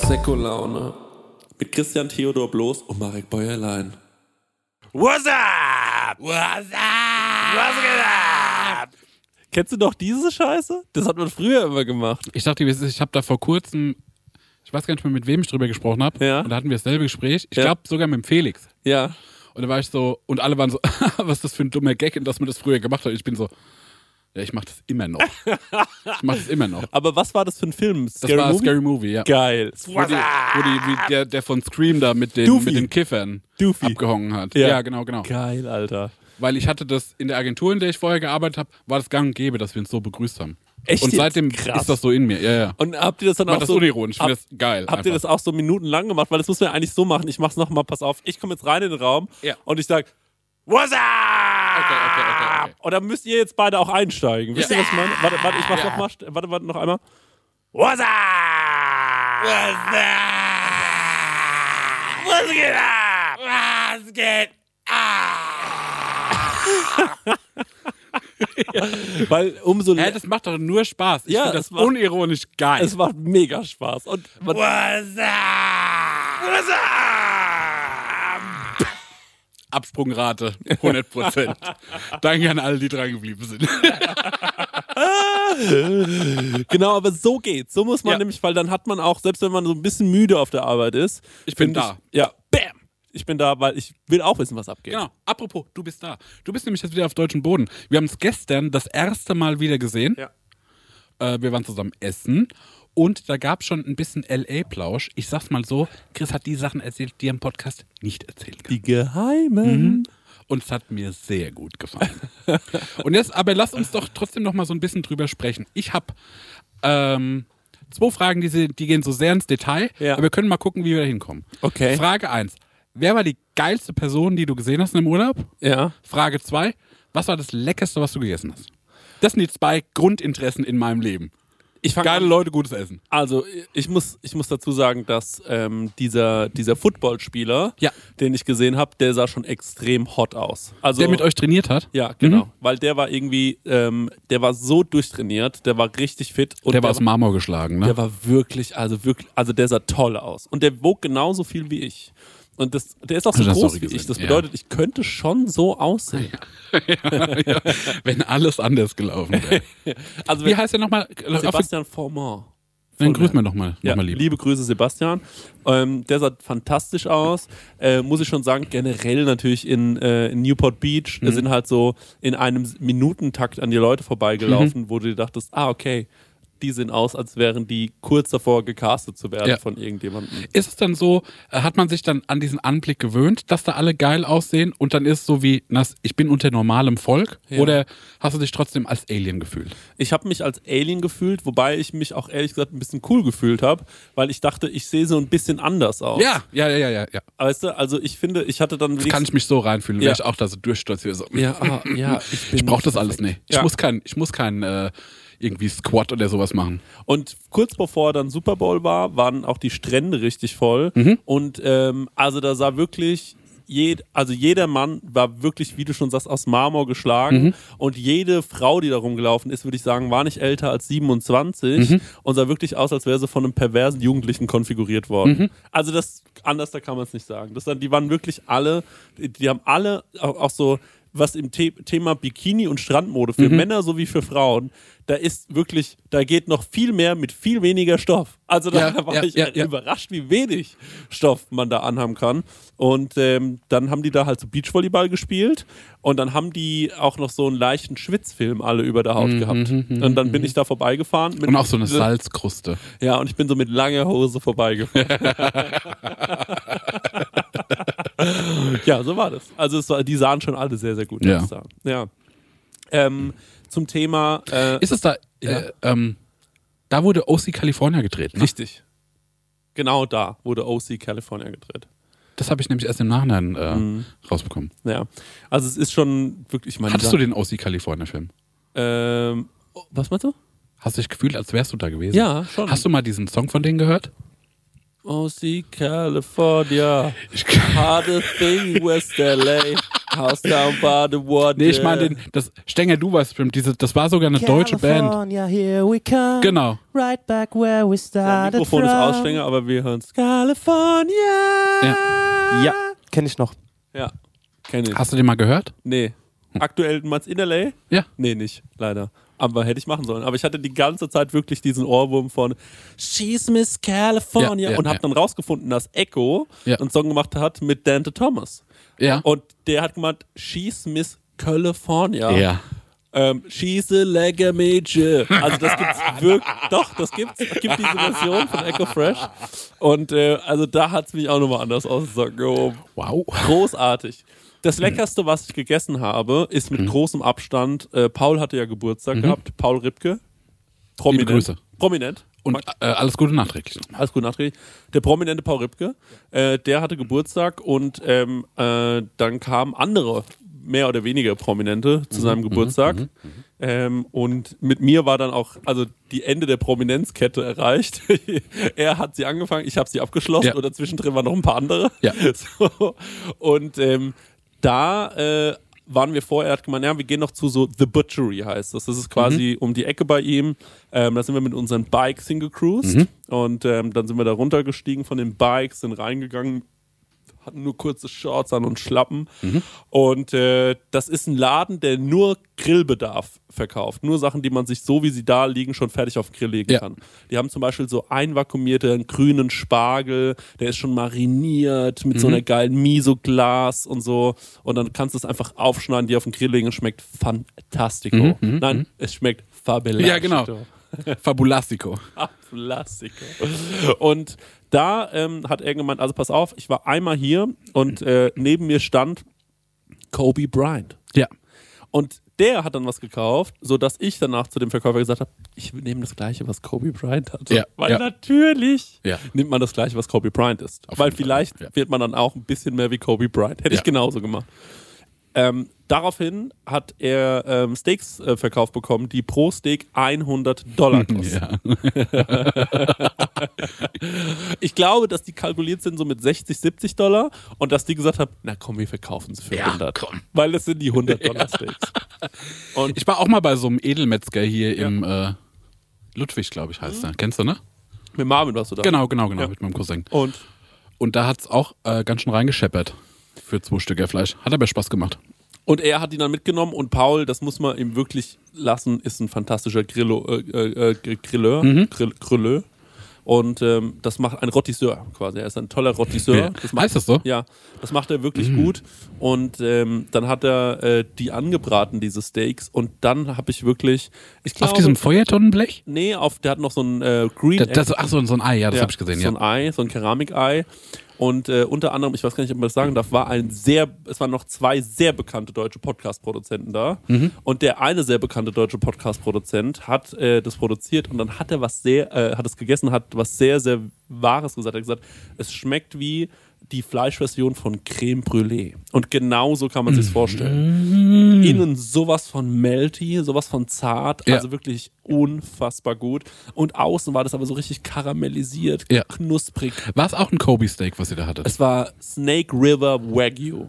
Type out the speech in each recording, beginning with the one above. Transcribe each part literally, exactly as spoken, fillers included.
Säckolaune. Mit Christian Theodor Bloß und Marek Bäuerlein. What's up? What's up? Was geht ab? Kennst du noch diese Scheiße? Das hat man früher immer gemacht. Ich dachte, ich habe da vor kurzem, ich weiß gar nicht mehr, mit wem ich drüber gesprochen habe. Ja. Und da hatten wir dasselbe Gespräch. Ich Ja. glaube sogar mit dem Felix. Ja. Und da war ich so, und alle waren so, was ist das für ein dummer Gag, und dass man das früher gemacht hat. Ich bin so, ja, ich mach das immer noch. Ich mach das immer noch. Aber was war das für ein Film? Das war Movie? Scary Movie, ja. Geil. Wo, die, wo die, wie der, der von Scream da mit den, Doofy. mit den Kiffern Doofy. abgehangen hat. Ja. Ja. genau, genau. Geil, Alter. Weil ich hatte das in der Agentur, in der ich vorher gearbeitet habe, war das gang und gäbe, dass wir uns so begrüßt haben. Echt Und jetzt? seitdem Krass. ist das so in mir. Ja, ja. Und habt ihr das dann Mach auch das so... unironisch, ich finde hab- das geil. Habt ihr das auch so minutenlang gemacht? Weil das muss man ja eigentlich so machen. Ich mach's nochmal, pass auf. Ich komme jetzt rein in den Raum Ja. und ich sag, what's up? Okay, okay, okay, okay. Und dann müsst ihr jetzt beide auch einsteigen. Wisst Ja. ihr, was ich meine? Warte, warte, ich mach's Ja. nochmal. Warte, warte, noch einmal. What's up? What's up? Was geht ab? Was geht Weil umso... Hä, das macht doch nur Spaß. Ich Ja, finde das es macht- unironisch geil. Es macht mega Spaß. Und man, What's up? What's up? Absprungrate hundert Prozent. Danke an alle, die dran geblieben sind. genau, aber so geht's. So muss man Ja. nämlich, weil dann hat man auch, selbst wenn man so ein bisschen müde auf der Arbeit ist. Ich bin find da. Ich, ja, bam. Ich bin da, weil ich will auch wissen, was abgeht. Genau. Apropos, du bist da. Du bist nämlich jetzt wieder auf deutschem Boden. Wir haben uns gestern das erste Mal wieder gesehen. Ja. Äh, wir waren zusammen essen. Und da gab es schon ein bisschen L A-Plausch. Ich sag's mal so, Chris hat die Sachen erzählt, die er im Podcast nicht erzählen kann. Die Geheimen. Und es hat mir sehr gut gefallen. Und jetzt, aber lass uns doch trotzdem noch mal so ein bisschen drüber sprechen. Ich habe ähm, zwei Fragen, die, sie- die gehen so sehr ins Detail, Ja. aber wir können mal gucken, wie wir da hinkommen. Okay. Frage eins. Wer war die geilste Person, die du gesehen hast im Urlaub? Ja. Frage zwei. Was war das Leckerste, was du gegessen hast? Das sind die zwei Grundinteressen in meinem Leben. Ich fang Geile an. Leute, gutes Essen. Also, ich muss, ich muss dazu sagen, dass ähm, dieser, dieser Footballspieler, Ja. den ich gesehen habe, der sah schon extrem hot aus. Also, Der mit euch trainiert hat? Ja, genau. Mhm. Weil der war irgendwie, ähm, der war so durchtrainiert, der war richtig fit. Und Der war aus Marmor geschlagen, ne? Der war wirklich, also wirklich, also der sah toll aus. Und der wog genauso viel wie ich. Und das, der ist auch so Hast du das groß Story wie ich. gesehen? Das Ja. bedeutet, ich könnte schon so aussehen. ja, wenn alles anders gelaufen wäre. Also Wie heißt der nochmal? Sebastian Formand. Dann grüßen wir nochmal. Ja, Noch mal lieb. liebe Grüße, Sebastian. Ähm, der sah fantastisch aus. Äh, muss ich schon sagen, generell natürlich in, äh, in Newport Beach. Mhm. Da sind halt so in einem Minutentakt an die Leute vorbeigelaufen, Mhm. wo du dir dachtest, ah, okay, die sehen aus, als wären die kurz davor gecastet zu werden Ja. von irgendjemandem. Ist es dann so, äh, hat man sich dann an diesen Anblick gewöhnt, dass da alle geil aussehen und dann ist es so wie, na, ich bin unter normalem Volk? Ja. Oder hast du dich trotzdem als Alien gefühlt? Ich habe mich als Alien gefühlt, wobei ich mich auch ehrlich gesagt ein bisschen cool gefühlt habe, weil ich dachte, ich sehe so ein bisschen anders aus. Ja, ja, ja, ja, ja. Weißt du, also ich finde, ich hatte dann Kann ich mich so reinfühlen, Ja. wäre ich auch da so durchstolziert. So. Ja, ah, ja, ich bin Ich brauche nicht das alles perfekt. nicht. Ich Ja. muss kein, ich muss kein äh, irgendwie Squat oder sowas machen. Und kurz bevor dann Super Bowl war, waren auch die Strände richtig voll. Mhm. Und ähm, also da sah wirklich, jed, also jeder Mann war wirklich, wie du schon sagst, aus Marmor geschlagen. Mhm. Und jede Frau, die da rumgelaufen ist, würde ich sagen, war nicht älter als siebenundzwanzig Mhm. und sah wirklich aus, als wäre sie von einem perversen Jugendlichen konfiguriert worden. Mhm. Also das, anders, da kann man es nicht sagen. Das, die waren wirklich alle, die, die haben alle auch, auch so, was im The- Thema Bikini und Strandmode für Mhm. Männer sowie für Frauen, da ist wirklich, da geht noch viel mehr mit viel weniger Stoff. Also da Ja, war ja, ich ja, ja. überrascht, wie wenig Stoff man da anhaben kann. Und ähm, dann haben die da halt so Beachvolleyball gespielt und dann haben die auch noch so einen leichten Schwitzfilm alle über der Haut gehabt. Und dann bin ich da vorbeigefahren. Mit Und auch so eine Salzkruste. Ja, und ich bin so mit langer Hose vorbeigefahren. Ja, so war das. Also es war, die sahen schon alle sehr, sehr gut Ja. aus da. Ja. Ähm, zum Thema äh, Ist es da, Ja. äh, ähm, da wurde O C California gedreht, ne? richtig. Genau da wurde O C California gedreht. Das habe ich nämlich erst im Nachhinein äh, Mhm. rausbekommen. Ja. Also es ist schon wirklich, ich meine, Hattest die du den O C California Film? Ähm, oh, was meinst du? Hast du dich gefühlt, als wärst du da gewesen? Ja, schon. Hast du mal diesen Song von denen gehört? O C California, Ich, hardest thing West L A. House down by the water. Nee, ich meine, den- das Stenger Du weißt bestimmt, diese, das war sogar eine deutsche Band. California, here we come. Genau. Right back where we Das started Mikrofon from. ist Ausstänger, aber wir hören es. California. Ja. Ja, kenn ich noch. Ja, kenne ich. Hast du den mal gehört? Nee. Aktuell meinst du in L A? Ja. Nee, nicht, leider. Aber hätte ich machen sollen. Aber ich hatte die ganze Zeit wirklich diesen Ohrwurm von She's Miss California Ja, ja, und habe ja. dann rausgefunden, dass Echo Ja. einen Song gemacht hat mit Dante Thomas. Ja. Und der hat gemeint, She's Miss California. Ja. Ähm, She's a Legamage. Also das gibt's wirklich. Doch, das gibt's. Es gibt diese Version von Echo Fresh. Und äh, also da hat's mich auch nochmal anders ausgesagt. Oh, Wow. großartig. Das Leckerste, was ich gegessen habe, ist mit großem Abstand. Äh, Paul hatte ja Geburtstag gehabt. Paul Ripke. Prominent. Grüße. Prominent. Und äh, alles Gute nachträglich. Alles gut nachträglich. Der prominente Paul Ripke, äh, der hatte Geburtstag und ähm, äh, dann kamen andere, mehr oder weniger Prominente zu seinem Geburtstag. Ähm, und mit mir war dann auch also die Ende der Prominenzkette erreicht. Er hat sie angefangen, ich habe sie abgeschlossen Ja. oder zwischendrin waren noch ein paar andere. Ja. So. Und ähm, da äh, waren wir vorher, er hat gemeint, ja, wir gehen noch zu so The Butchery heißt das. Das ist quasi um die Ecke bei ihm. Ähm, da sind wir mit unseren Bikes hingecruised und ähm, dann sind wir da runtergestiegen von den Bikes, sind reingegangen, hatten nur kurze Shorts an und Schlappen. Und äh, das ist ein Laden, der nur Grillbedarf verkauft. Nur Sachen, die man sich so, wie sie da liegen, schon fertig auf den Grill legen Ja. kann. Die haben zum Beispiel so einvakuumierten grünen Spargel, der ist schon mariniert mit so einer geilen Miso-Glas und so. Und dann kannst du es einfach aufschneiden, die auf den Grill legen und schmeckt fantastico. Nein, es schmeckt fabelhaft. Ja, genau. Fabulastico. Fantastico. Und da ähm, hat er gemeint, also pass auf, ich war einmal hier und äh, neben mir stand Kobe Bryant. Ja. Und der hat dann was gekauft, sodass ich danach zu dem Verkäufer gesagt habe, ich nehme das Gleiche, was Kobe Bryant hatte. Ja, Weil ja. natürlich Ja. nimmt man das Gleiche, was Kobe Bryant ist. Auf Weil jeden Fall, vielleicht ja. wird man dann auch ein bisschen mehr wie Kobe Bryant. Hätte Ja. ich genauso gemacht. Ähm, daraufhin hat er ähm, Steaks äh, verkauft bekommen, die pro Steak hundert Dollar kosten. Ja. Ich glaube, dass die kalkuliert sind so mit sechzig, siebzig Dollar und dass die gesagt haben, na komm, wir verkaufen sie für Ja, hundert. komm. Weil das sind die hundert Dollar Steaks. Und Ich war auch mal bei so einem Edelmetzger hier im äh, Ludwig, glaube ich, heißt der. Kennst du, ne? mit Marvin warst du da. Genau, genau, genau, Ja. mit meinem Cousin. Und Und da hat's auch äh, ganz schön reingescheppert für zwei Stücke Fleisch. Hat aber Spaß gemacht. Und er hat ihn dann mitgenommen und Paul, das muss man ihm wirklich lassen, ist ein fantastischer Grillo, äh, äh, äh, Grilleur, Grill, Grilleur. Und ähm, das macht ein Rotisseur quasi. Er ist ein toller Rotisseur. Ja. Das macht, Heißt das so? Ja, das macht er wirklich gut. Und ähm, dann hat er äh, die angebraten, diese Steaks. Und dann habe ich wirklich, ich glaube, Auf diesem Feuertonnenblech? nee, auf, der hat noch so ein äh, Green Das, das, ach so, so ein Ei, ja, das Ja, habe ich gesehen. so Ja. ein Ei, so ein Keramikei. Und äh, unter anderem, ich weiß gar nicht, ob man das sagen darf, war ein sehr, es waren noch zwei sehr bekannte deutsche Podcast-Produzenten da. Mhm. Und der eine sehr bekannte deutsche Podcast-Produzent hat äh, das produziert und dann hat er was sehr, äh, hat es gegessen, hat was sehr, sehr Wahres gesagt. Er hat gesagt, es schmeckt wie die Fleischversion von Creme Brûlée. Und genau so kann man Mhm. sich's vorstellen. Innen sowas von melty, sowas von zart, Ja. also wirklich unfassbar gut. Und außen war das aber so richtig karamellisiert, Ja. knusprig. War es auch ein Kobe-Steak, was ihr da hattet? Es war Snake River Wagyu.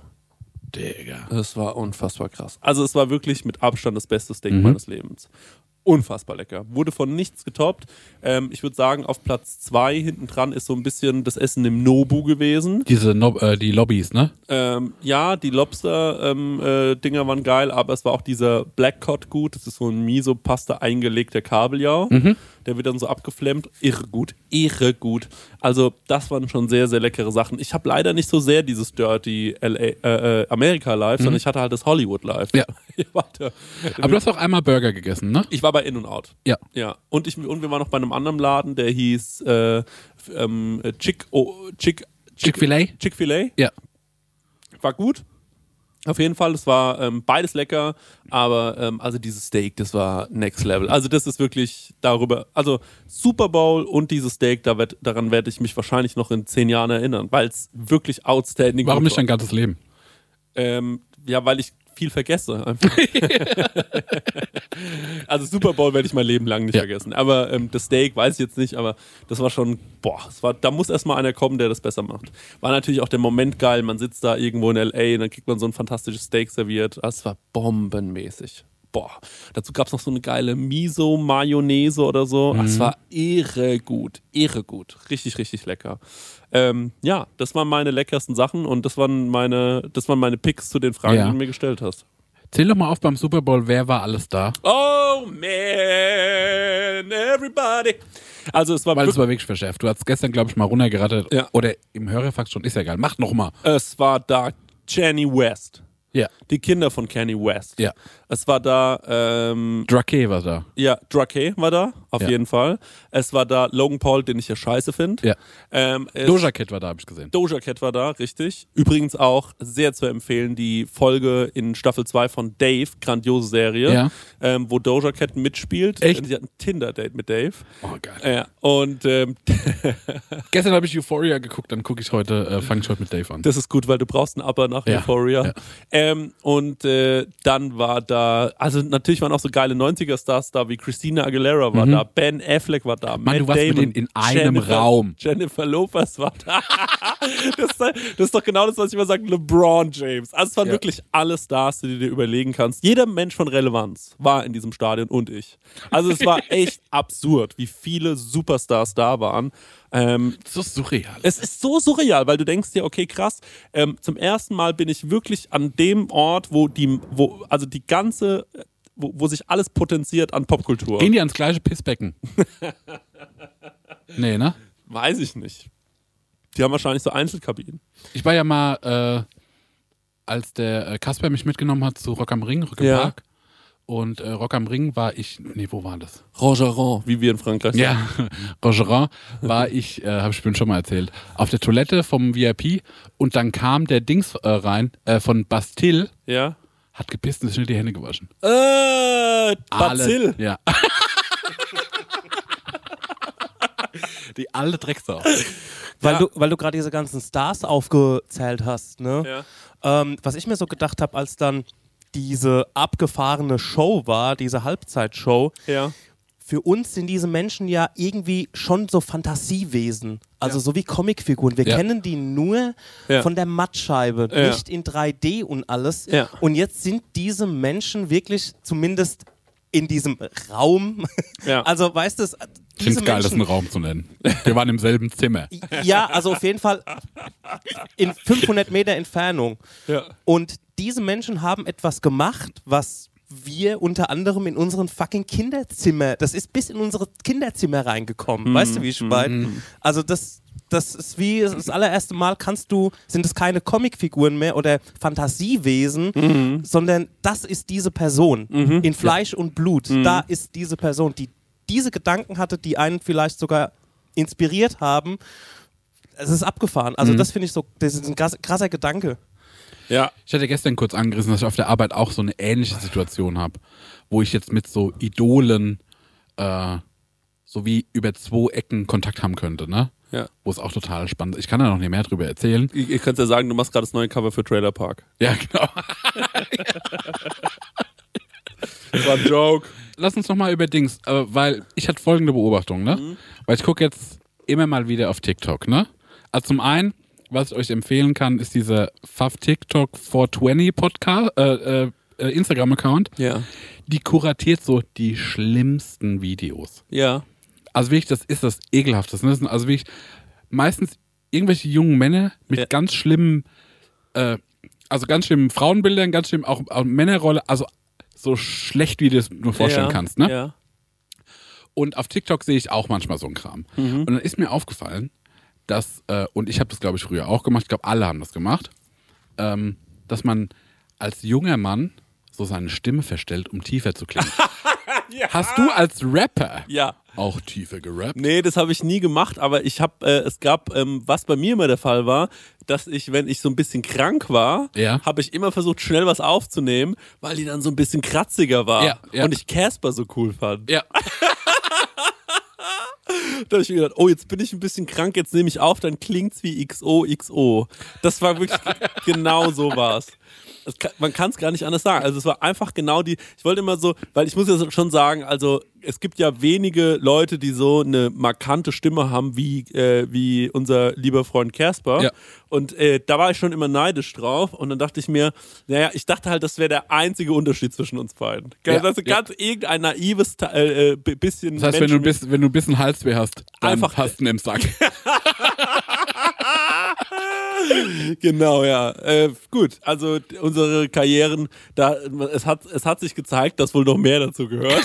Digga. Das war unfassbar krass. Also es war wirklich mit Abstand das beste Steak Mhm. meines Lebens. Unfassbar lecker. Wurde von nichts getoppt. Ähm, ich würde sagen, auf Platz zwei hinten dran ist so ein bisschen das Essen im Nobu gewesen. Diese no äh, die Lobbys, ne? Ähm, ja, die Lobster-Dinger ähm, äh, waren geil, aber es war auch dieser Black Cod gut. Das ist so ein Miso-Pasta eingelegter Kabeljau. Der wird dann so abgeflemmt. Irre gut, irre gut. Also das waren schon sehr, sehr leckere Sachen. Ich habe leider nicht so sehr dieses Dirty L A, äh, äh, America Life, sondern ich hatte halt das Hollywood Life. Ja. Warte. Aber du hast auch einmal Burger gegessen, ne? Ich war bei In-N-Out. Ja. Ja. Und, ich, und wir waren noch bei einem anderen Laden, der hieß äh, f- ähm, Chick, oh, Chick, Chick-fil-A? Chick-fil-A. Ja. War gut. Auf jeden Fall, es war ähm, beides lecker, aber ähm, also dieses Steak, das war next level. Also das ist wirklich darüber, also Super Bowl und dieses Steak, da werd, daran werde ich mich wahrscheinlich noch in zehn Jahren erinnern, weil es wirklich outstanding Warum gut nicht war. dein ganzes Leben? Ähm, ja, weil ich viel vergesse. Einfach. Also Super Bowl werde ich mein Leben lang nicht Ja. vergessen. Aber ähm, das Steak weiß ich jetzt nicht, aber das war schon, boah, das war, da muss erstmal einer kommen, der das besser macht. War natürlich auch der Moment geil, man sitzt da irgendwo in L A und dann kriegt man so ein fantastisches Steak serviert. Das war bombenmäßig. Boah, dazu gab es noch so eine geile Miso-Mayonnaise oder so. Das war irre gut, irre gut. Richtig, richtig lecker. Ähm, ja, das waren meine leckersten Sachen und das waren meine, das waren meine Picks zu den Fragen, Ja. die du mir gestellt hast. Zähl doch mal auf beim Super Bowl, wer war alles da? Oh man, everybody. Also es war, Weil es wirklich, war wirklich verschärft. Du hast gestern, glaube ich, mal runtergerattert. Ja. Oder im Hörerfax schon, ist ja geil. Mach noch mal. es war da Kanye West. Ja. Die Kinder von Kanye West. Ja. Es war da, ähm, Drake war da. ja, Drake war da, auf Ja. jeden Fall. Es war da Logan Paul, den ich ja scheiße finde. Ja. Ähm, es- Doja Cat war da, habe ich gesehen. Doja Cat war da, richtig. Übrigens auch sehr zu empfehlen, die Folge in Staffel zwei von Dave, grandiose Serie, Ja. ähm, wo Doja Cat mitspielt. Echt? Sie hat ein Tinder-Date mit Dave. Oh, geil. Ja, und ähm, Gestern habe ich Euphoria geguckt, dann gucke ich heute, äh, fange ich heute mit Dave an. das ist gut, weil du brauchst einen Upper nach Ja, Euphoria. ja. Ähm, und äh, dann war da, also natürlich waren auch so geile neunziger-Stars da, wie Christina Aguilera war da, Ben Affleck war da, Mann, Matt du warst mit Damon, denen in einem Jennifer, Raum. Jennifer Lopez war da. das, ist, das ist doch genau das, was ich immer sage, LeBron James. Also es waren Ja. wirklich alle Stars, die du dir überlegen kannst. Jeder Mensch von Relevanz war in diesem Stadion und ich. Also es war echt absurd, wie viele Superstars da waren. Ähm, Das ist surreal. es ist so surreal, weil du denkst dir, okay, krass, ähm, zum ersten Mal bin ich wirklich an dem Ort, wo die, wo, also die ganze, wo, wo sich alles potenziert an Popkultur. Gehen die ans gleiche Pissbecken? Nee, ne? Weiß ich nicht. Die haben wahrscheinlich so Einzelkabinen. Ich war ja mal, äh, als der äh, Kasper mich mitgenommen hat zu Rock am Ring, Rock im Ja. Park. Und äh, Rock am Ring war ich, nee, wo war das? Rangeron, wie wir in Frankreich sagen. Ja, Rogerin war ich, äh, habe ich schon mal erzählt, auf der Toilette vom V I P und dann kam der Dings äh, rein, äh, von Bastille, Ja. hat gepisst und sich schnell die Hände gewaschen. Äh, Bazill. Alle, ja. Die alte Drecksau. Weil Ja. du, weil du gerade diese ganzen Stars aufgezählt hast, ne? Ja. Ähm, was ich mir so gedacht habe, als dann diese abgefahrene Show war, diese Halbzeitshow, Ja. für uns sind diese Menschen ja irgendwie schon so Fantasiewesen. Also Ja. so wie Comicfiguren. Wir Ja. kennen die nur Ja. von der Mattscheibe, Ja. nicht in drei D und alles. Ja. Und jetzt sind diese Menschen wirklich zumindest in diesem Raum. Ja. Also weißt du, Ich diese finde es geil, das einen Menschen, Raum zu nennen. Wir waren im selben Zimmer. ja, also auf jeden Fall in fünfhundert Meter Entfernung. Ja. Und diese Menschen haben etwas gemacht, was wir unter anderem in unseren fucking Kinderzimmer, das ist bis in unsere Kinderzimmer reingekommen. Weißt du, wie ich meine? Also das, das ist wie das allererste Mal kannst du, sind es keine Comicfiguren mehr oder Fantasiewesen, sondern das ist diese Person in Fleisch und Blut. Da ist diese Person, die diese Gedanken hatte, die einen vielleicht sogar inspiriert haben. Es ist abgefahren. Also das finde ich so, das ist ein krass, krasser Gedanke. Ja. Ich hatte gestern kurz angerissen, dass ich auf der Arbeit auch so eine ähnliche Situation habe, wo ich jetzt mit so Idolen äh, so wie über zwei Ecken Kontakt haben könnte, ne? Ja. Wo es auch total spannend ist. Ich kann da noch nicht mehr drüber erzählen. Ich, ich könnte ja sagen, du machst gerade das neue Cover für Trailer Park. Ja, genau. Das war ein Joke. Lass uns noch mal über Dings, äh, weil ich hatte folgende Beobachtung, ne? Mhm. Weil ich gucke jetzt immer mal wieder auf TikTok, ne? Also zum einen, was ich euch empfehlen kann, ist dieser Fav TikTok vierhundertzwanzig Podcast, äh, äh, äh, Instagram-Account. Ja. Die kuratiert so die schlimmsten Videos. Ja. Also wirklich, das ist das Ekelhafteste. Das sind also wirklich meistens irgendwelche jungen Männer mit Ja. ganz schlimmen, äh, also ganz schlimmen Frauenbildern, ganz schlimm auch, auch Männerrolle, also so schlecht, wie du es nur vorstellen ja. kannst, ne? Ja. Und auf TikTok sehe ich auch manchmal so einen Kram. Und dann ist mir aufgefallen, dass, äh, und ich habe das glaube ich früher auch gemacht, ich glaube alle haben das gemacht, ähm, dass man als junger Mann so seine Stimme verstellt, um tiefer zu klingen. Hast du als Rapper Ja. auch tiefer gerappt? Nee, das habe ich nie gemacht, aber ich habe, äh, es gab, ähm, was bei mir immer der Fall war, dass ich, wenn ich so ein bisschen krank war, Ja. habe ich immer versucht, schnell was aufzunehmen, weil die dann so ein bisschen kratziger war Ja, ja. und ich Casper so cool fand. Ja. Da habe ich mir gedacht, oh, jetzt bin ich ein bisschen krank, jetzt nehme ich auf, dann klingt's wie X O X O. Das war wirklich genau so war's. Das kann, man kann es gar nicht anders sagen. Also es war einfach genau die, ich wollte immer so, weil ich muss ja schon sagen, also es gibt ja wenige Leute, die so eine markante Stimme haben wie, äh, wie unser lieber Freund Casper. Ja. Und äh, da war ich schon immer neidisch drauf und dann dachte ich mir, naja, ich dachte halt, das wäre der einzige Unterschied zwischen uns beiden. Ja, Also ja. ganz irgendein naives äh, bisschen Das heißt, wenn du, Menschen- bis, wenn du ein bisschen Halsweh hast, dann Einfach- hast du ihn im Sack. Genau, ja. Äh, gut, also d- unsere Karrieren, da es hat, es hat sich gezeigt, dass wohl noch mehr dazu gehört.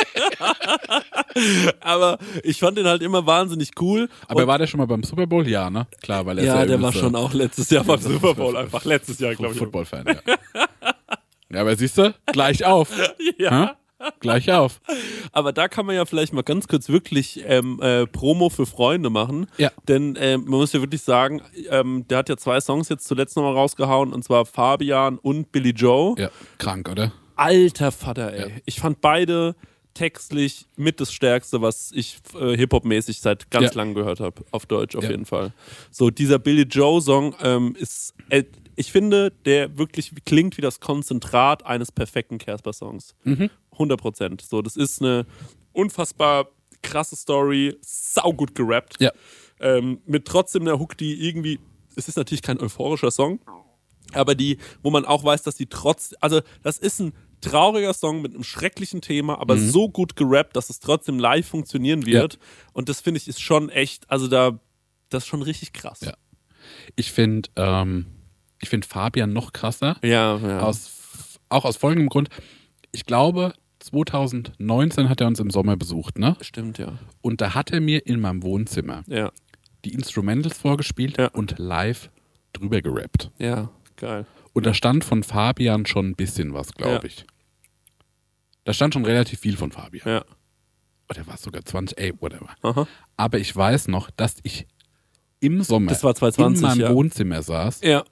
Aber ich fand den halt immer wahnsinnig cool. Aber Und, war der schon mal beim Super Bowl? Ja, ne? Klar, weil er ja, ist ja der war übelster schon auch letztes Jahr beim Super Bowl, einfach letztes Jahr, glaube ich. Football-Fan, ja. Ja, aber siehst du, gleich auf. Ja. Hä? Gleich auf. Aber da kann man ja vielleicht mal ganz kurz wirklich ähm, äh, Promo für Freunde machen. Ja. Denn ähm, man muss ja wirklich sagen, ähm, der hat ja zwei Songs jetzt zuletzt nochmal rausgehauen, und zwar Fabian und Billy Joe. Ja, krank, oder? Alter Vater, ey. Ja. Ich fand beide textlich mit das Stärkste, was ich äh, Hip-Hop-mäßig seit ganz Ja. langem gehört habe. Auf Deutsch auf Ja. jeden Fall. So, dieser Billy Joe-Song ähm, ist, äh, ich finde, der wirklich klingt wie das Konzentrat eines perfekten Casper-Songs. Mhm. hundert Prozent. So, das ist eine unfassbar krasse Story, saugut gerappt. Ja. Ähm, mit trotzdem einer Hook, die irgendwie, es ist natürlich kein euphorischer Song, aber die, wo man auch weiß, dass die trotz, also das ist ein trauriger Song mit einem schrecklichen Thema, aber Mhm. so gut gerappt, dass es trotzdem live funktionieren wird. Und das finde ich ist schon echt, also da, das ist schon richtig krass. Ja. Ich finde ähm, ich find Fabian noch krasser. Ja, ja. Aus, auch aus folgendem Grund. Ich glaube, zwanzig neunzehn hat er uns im Sommer besucht, ne? Stimmt, ja. Und da hat er mir in meinem Wohnzimmer Ja, die Instrumentals vorgespielt Ja. und live drüber gerappt. ja, geil. Und da stand von Fabian schon ein bisschen was, glaube Ja. ich. Da stand schon relativ viel von Fabian. Ja. Oder war es sogar zwanzig, ey, whatever. Aha. Aber ich weiß noch, dass ich im Sommer Das war zwanzig zwanzig, in meinem ja. Wohnzimmer saß Ja.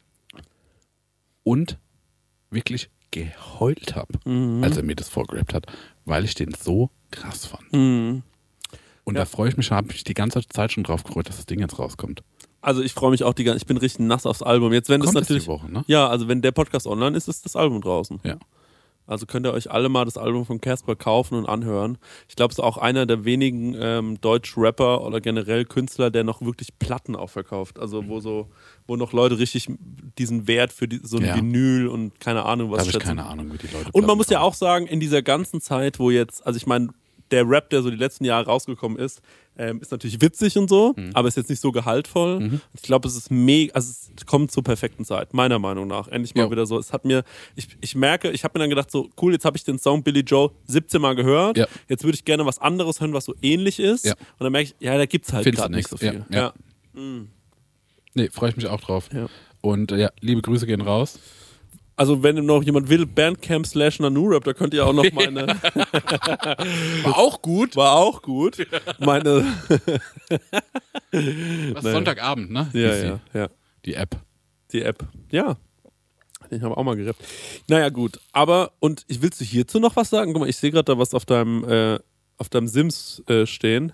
und wirklich geheult habe, Mhm. als er mir das vorgerappt hat, weil ich den so krass fand. Mhm. Und Ja. da freue ich mich, habe ich die ganze Zeit schon drauf gefreut, dass das Ding jetzt rauskommt. Also ich freue mich auch die ganze, ich bin richtig nass aufs Album. Jetzt wenn das Kommt es natürlich, die Woche, ne? ja, also wenn der Podcast online ist, ist das Album draußen. Ja. Also könnt ihr euch alle mal das Album von Casper kaufen und anhören. Ich glaube, es ist auch einer der wenigen ähm, Deutsch-Rapper oder generell Künstler, der noch wirklich Platten auch verkauft. Also wo so, wo noch Leute richtig diesen Wert für die, so ein Ja. Vinyl und keine Ahnung Da was habe ich schätzen. keine Ahnung, wie die Leute Und man muss ja Platten auch sagen, in dieser ganzen Zeit, wo jetzt, also ich meine, der Rap, der so die letzten Jahre rausgekommen ist, ähm, ist natürlich witzig und so, Mhm. aber ist jetzt nicht so gehaltvoll. Ich glaube, es ist mega, also es kommt zur perfekten Zeit, meiner Meinung nach. Endlich mal Ja. wieder so. Es hat mir, ich, ich merke, ich habe mir dann gedacht, so cool, jetzt habe ich den Song Billy Joe siebzehn Mal gehört. Ja. Jetzt würde ich gerne was anderes hören, was so ähnlich ist. Ja. Und dann merke ich, ja, da gibt es halt Findest gerade du nicht so nix. viel. Ja, ja. Nee, freue ich mich auch drauf. Ja. Und äh, ja, liebe Grüße gehen raus. Also wenn noch jemand will, Bandcamp slash Nanu-Rap, da könnt ihr auch noch meine... War auch gut. War auch gut. Meine... Was Sonntagabend, ne? Ja, Hieß sie. ja, ja. Die App. Die App. Ja. Ich habe auch mal gerappt. Naja, gut. Aber, und ich willst du hierzu noch was sagen? Guck mal, ich sehe gerade da was auf deinem, äh, auf deinem Sims äh, stehen.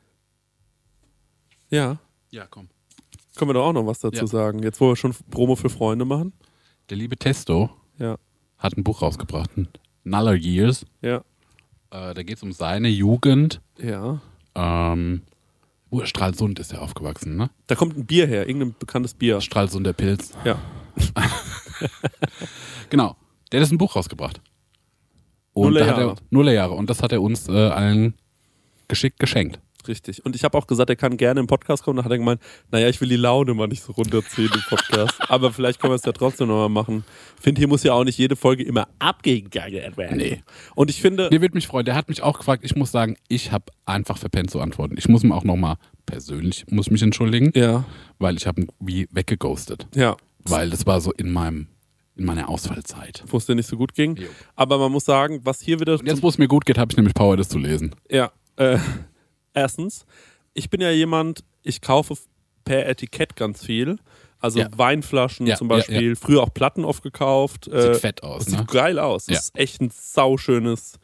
Ja. Ja, komm. Können wir doch auch noch was dazu Ja. sagen. Jetzt, wo wir schon Promo für Freunde machen. Der liebe Testo Ja. hat ein Buch rausgebracht, ein Nuller Years. Ja. Äh, da geht es um seine Jugend. Ja. Ähm, wo Stralsund ist er aufgewachsen, ne? Da kommt ein Bier her, irgendein bekanntes Bier. Stralsunder Pilz. Ja. Genau. Der hat ein Buch rausgebracht. Und Nuller da hat Jahre. er, Nuller Jahre. Und das hat er uns äh, allen geschickt geschenkt. Richtig. Und ich habe auch gesagt, er kann gerne im Podcast kommen. Da hat er gemeint, naja, ich will die Laune mal nicht so runterziehen im Podcast. Aber vielleicht können wir es ja trotzdem nochmal machen. Ich finde, hier muss ja auch nicht jede Folge immer abgegangen werden. Nee. Und ich finde, Der wird mich freuen. Der hat mich auch gefragt. Ich muss sagen, ich habe einfach verpennt zu antworten. Ich muss ihm auch nochmal persönlich muss mich entschuldigen, ja, weil ich habe ihn wie weggeghostet. ja, Weil das war so in meinem in meiner Ausfallzeit. wo es dir nicht so gut ging. Jo. Aber man muss sagen, was hier wieder... Und jetzt, wo es mir gut geht, habe ich nämlich Power, das zu lesen. Ja, äh, erstens, ich bin ja jemand, ich kaufe per Etikett ganz viel. Also Ja. Weinflaschen Ja, zum ja, Beispiel. Früher auch Platten oft gekauft. Sieht äh, fett aus, Sieht ne? geil aus. Das Ja. ist echt ein sauschönes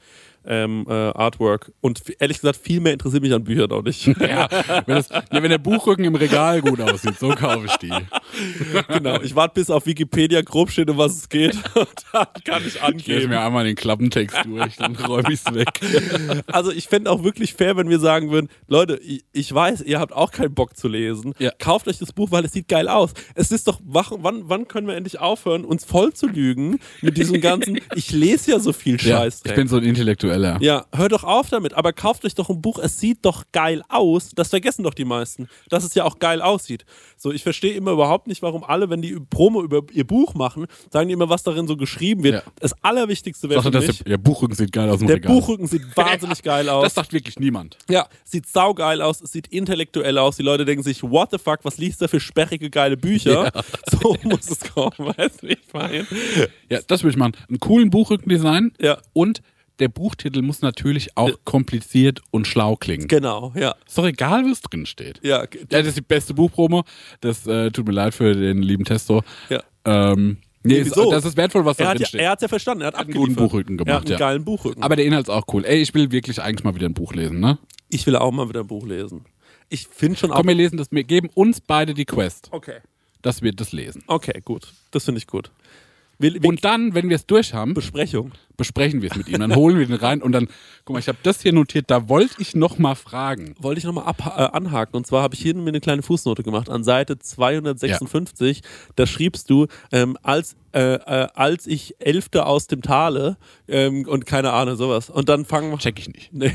ähm, äh, Artwork. Und f- ehrlich gesagt, viel mehr interessiert mich an Büchern auch nicht. Ja, wenn, das, ja, wenn der Buchrücken im Regal gut aussieht, so kaufe ich die. Genau, ich warte bis auf Wikipedia grob steht, um was es geht. Und dann kann ich Ich lese angeben. mir einmal den Klappentext durch, dann räume ich es weg. Also ich fände auch wirklich fair, wenn wir sagen würden, Leute, ich, ich weiß, ihr habt auch keinen Bock zu lesen. Ja. Kauft euch das Buch, weil es sieht geil aus. Es ist doch, wach- wann, wann können wir endlich aufhören, uns voll zu lügen mit diesem ganzen, ich lese ja so viel Ja, Scheiß. ich bin so ein Intellektueller. Ja, hört doch auf damit, aber kauft euch doch ein Buch, es sieht doch geil aus. Das vergessen doch die meisten, dass es ja auch geil aussieht. So, ich verstehe immer überhaupt nicht, warum alle, wenn die Promo über ihr Buch machen, sagen die immer, was darin so geschrieben wird. Ja. Das Allerwichtigste wäre Sag für doch, dass mich, der, der Buchrücken sieht geil aus dem der Regal. Buchrücken sieht wahnsinnig geil aus. Das sagt wirklich niemand. Ja, sieht saugeil aus, es sieht intellektuell aus. Die Leute denken sich, what the fuck, was liest der für sperrige, geile Bücher? So muss es kommen, weißt du, wie ich meine? Ja, das will ich machen. Einen coolen Buchrückendesign Ja. und der Buchtitel muss natürlich auch kompliziert und schlau klingen. Genau, ja. Ist doch egal, was drin steht. Ja, Ja, das ist die beste Buchpromo. Das äh, tut mir leid für den lieben Testo. ja. Ähm, nee, ist, wieso? das ist wertvoll, was Er da hat drin ja, steht. er hat's ja verstanden, er hat, Hat einen abgeliefert. guten Buchrücken Er hat gemacht, einen ja. geilen Buchrücken. Aber der Inhalt ist auch cool. Ey, ich will wirklich eigentlich mal wieder ein Buch lesen, ne? Ich will auch mal wieder ein Buch lesen. Ich finde schon auch... Komm, wir lesen das. Wir geben uns beide die Quest, Okay. dass wir das lesen. Okay, gut. Das finde ich gut. Wir, wir, Und dann, wenn wir es durch haben, Besprechung. besprechen wir es mit ihm. Dann holen wir den rein und dann, guck mal, ich habe das hier notiert, da wollte ich noch mal fragen. Wollte ich nochmal äh, anhaken. Und zwar habe ich hier mir eine kleine Fußnote gemacht. An Seite zweihundertsechsundfünfzig, da schriebst du, ähm, als, äh, äh, als ich Elfte aus dem Tale ähm, und keine Ahnung, sowas. Und dann fangen wir... Check ich nicht. Nee.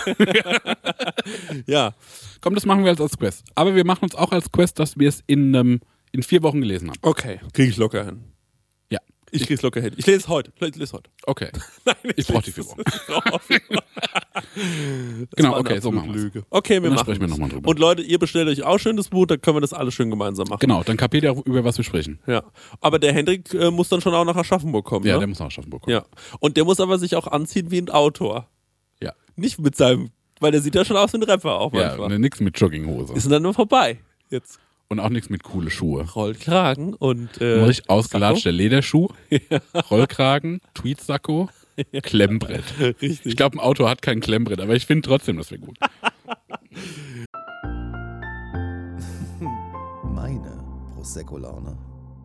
Ja, Komm, das machen wir als, als Quest. Aber wir machen uns auch als Quest, dass wir es in, ähm, in vier Wochen gelesen haben. okay. Kriege ich locker hin. Ja. Ich kriege es locker hin. Ich lese es heute. Ich lese es heute. Okay. Nein, Ich brauch die lese vier es- Wochen. Ich brauch auch vier Wochen. Das Genau, war eine okay, so absolute machen wir's. Lüge. Okay, wir Und dann machen sprechen wir es. noch mal drüber. Und Leute, ihr bestellt euch auch schön das Buch, dann können wir das alles schön gemeinsam machen. Genau, dann kapiert ihr auch, über was wir sprechen. Ja. Aber der Hendrik äh, muss dann schon auch nach Aschaffenburg kommen, Ja, ne? der muss nach Aschaffenburg kommen. Ja. Und der muss aber sich auch anziehen wie ein Autor. Ja. Nicht mit seinem, weil der sieht ja schon aus wie ein Rapper auch Ja, manchmal. ne, nix mit Jogginghose. Ist dann nur vorbei. Jetzt Und auch nichts mit coole Schuhe. Rollkragen und Ein äh, richtig ausgelatschter Lederschuh, Rollkragen, Tweetsacko, Klemmbrett. Richtig. Ich glaube, ein Auto hat kein Klemmbrett, aber ich finde trotzdem, das wäre gut. Meine Prosecco-Laune.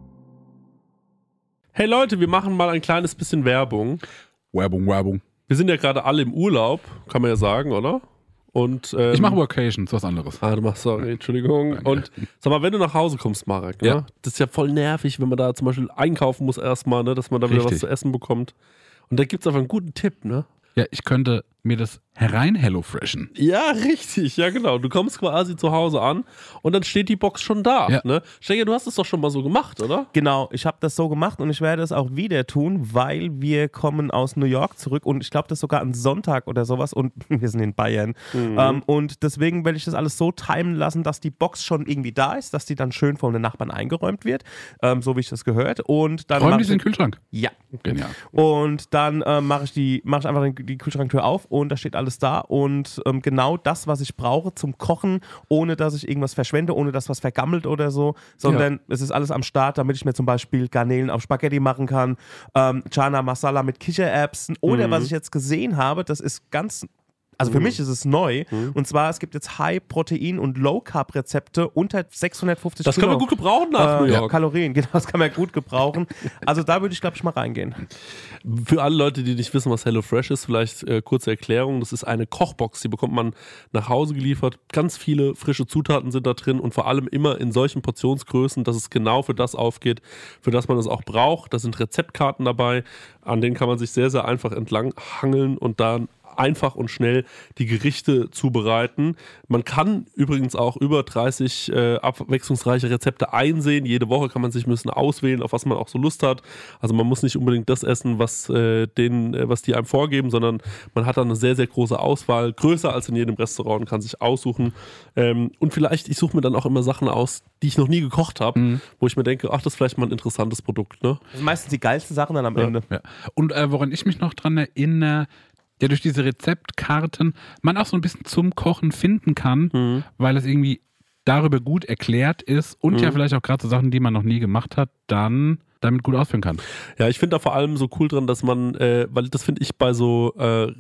Hey Leute, wir machen mal ein kleines bisschen Werbung. Werbung, Werbung. Wir sind ja gerade alle im Urlaub, kann man ja sagen, oder? Und, ähm, Ich mache Workations, was anderes. Ah, du machst, sorry, Entschuldigung. Und sag mal, wenn du nach Hause kommst, Marek, ne? Ja. Das ist ja voll nervig, wenn man da zum Beispiel einkaufen muss erstmal, ne? Dass man da wieder Richtig. was zu essen bekommt. Und da gibt es einfach einen guten Tipp, ne? Ja, ich könnte mir das herein HelloFreshen. Ja, richtig, ja genau. Du kommst quasi zu Hause an und dann steht die Box schon da. Ja. Ne? Steiger, du hast es doch schon mal so gemacht, oder? Genau, ich habe das so gemacht und ich werde es auch wieder tun, weil wir kommen aus New York zurück und ich glaube, das ist sogar ein Sonntag oder sowas und wir sind in Bayern. Mhm. Ähm, und deswegen werde ich das alles so timen lassen, dass die Box schon irgendwie da ist, dass die dann schön von den Nachbarn eingeräumt wird, ähm, so wie ich das gehört. Und dann Räum mach die ich in den Kühlschrank. Ja. Genial. Und dann ähm, mache ich, die, mach ich einfach die, die Kühlschranktür auf und da steht alles da und ähm, genau das, was ich brauche zum Kochen, ohne dass ich irgendwas verschwende, ohne dass was vergammelt oder so, sondern es ist alles am Start, damit ich mir zum Beispiel Garnelen auf Spaghetti machen kann, ähm, Chana Masala mit Kichererbsen oder was ich jetzt gesehen habe, das ist ganz... Also für mich ist es neu. Und zwar, es gibt jetzt High-Protein- und Low-Carb-Rezepte unter sechshundertfufzig Das können wir Kilo. gut gebrauchen nach Äh, New ja, York. Kalorien, genau, das kann man gut gebrauchen. Also da würde ich, glaube ich, mal reingehen. Für alle Leute, die nicht wissen, was HelloFresh ist, vielleicht äh, kurze Erklärung. Das ist eine Kochbox, die bekommt man nach Hause geliefert. Ganz viele frische Zutaten sind da drin und vor allem immer in solchen Portionsgrößen, dass es genau für das aufgeht, für das man es auch braucht. Da sind Rezeptkarten dabei, an denen kann man sich sehr, sehr einfach entlang hangeln und dann einfach und schnell die Gerichte zubereiten. Man kann übrigens auch über dreißig äh, abwechslungsreiche Rezepte einsehen. Jede Woche kann man sich ein bisschen auswählen, auf was man auch so Lust hat. Also man muss nicht unbedingt das essen, was, äh, den, äh, was die einem vorgeben, sondern man hat dann eine sehr, sehr große Auswahl, größer als in jedem Restaurant und kann sich aussuchen. Ähm, und vielleicht, ich suche mir dann auch immer Sachen aus, die ich noch nie gekocht habe, Mhm. wo ich mir denke, ach, das ist vielleicht mal ein interessantes Produkt. Ne? Das sind meistens die geilsten Sachen dann am Ja. Ende. Ja. Und äh, woran ich mich noch dran erinnere, ja, durch diese Rezeptkarten man auch so ein bisschen zum Kochen finden kann, Mhm. weil es irgendwie darüber gut erklärt ist und Mhm. ja vielleicht auch gerade so Sachen, die man noch nie gemacht hat, dann damit gut ausführen kann. Ja, ich finde da vor allem so cool dran, dass man, äh, weil das finde ich bei so äh,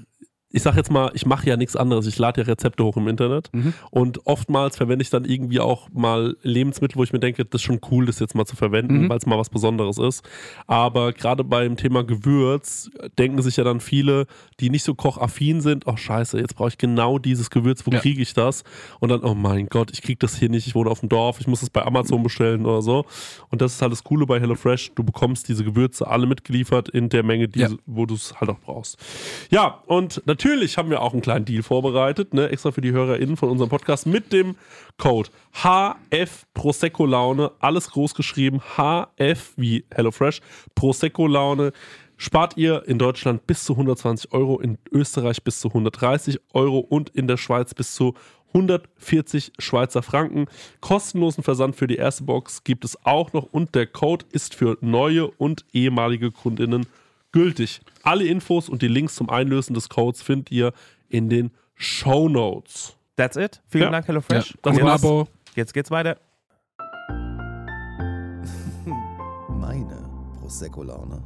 ich sag jetzt mal, ich mache ja nichts anderes. Ich lade ja Rezepte hoch im Internet Mhm. und oftmals verwende ich dann irgendwie auch mal Lebensmittel, wo ich mir denke, das ist schon cool, das jetzt mal zu verwenden, Mhm. weil es mal was Besonderes ist. Aber gerade beim Thema Gewürz denken sich ja dann viele, die nicht so kochaffin sind, oh scheiße, jetzt brauche ich genau dieses Gewürz, wo Ja. kriege ich das? Und dann, oh mein Gott, ich kriege das hier nicht, ich wohne auf dem Dorf, ich muss es bei Amazon bestellen oder so. Und das ist halt das Coole bei HelloFresh, du bekommst diese Gewürze alle mitgeliefert in der Menge, die, Ja. wo du es halt auch brauchst. Ja, und natürlich haben wir auch einen kleinen Deal vorbereitet, ne, extra für die HörerInnen von unserem Podcast mit dem Code H F Prosecco Laune, alles groß geschrieben, H F wie HelloFresh, Prosecco Laune. Spart ihr in Deutschland bis zu hundertzwanzig Euro, in Österreich bis zu hundertdreißig Euro und in der Schweiz bis zu hundertvierzig Schweizer Franken. Kostenlosen Versand für die erste Box gibt es auch noch und der Code ist für neue und ehemalige KundInnen gültig. Alle Infos und die Links zum Einlösen des Codes findet ihr in den Shownotes. That's it. Vielen Ja. Dank, HelloFresh. Ja. Das Und war's. jetzt, Abo. jetzt geht's weiter. Meine Prosecco-Laune.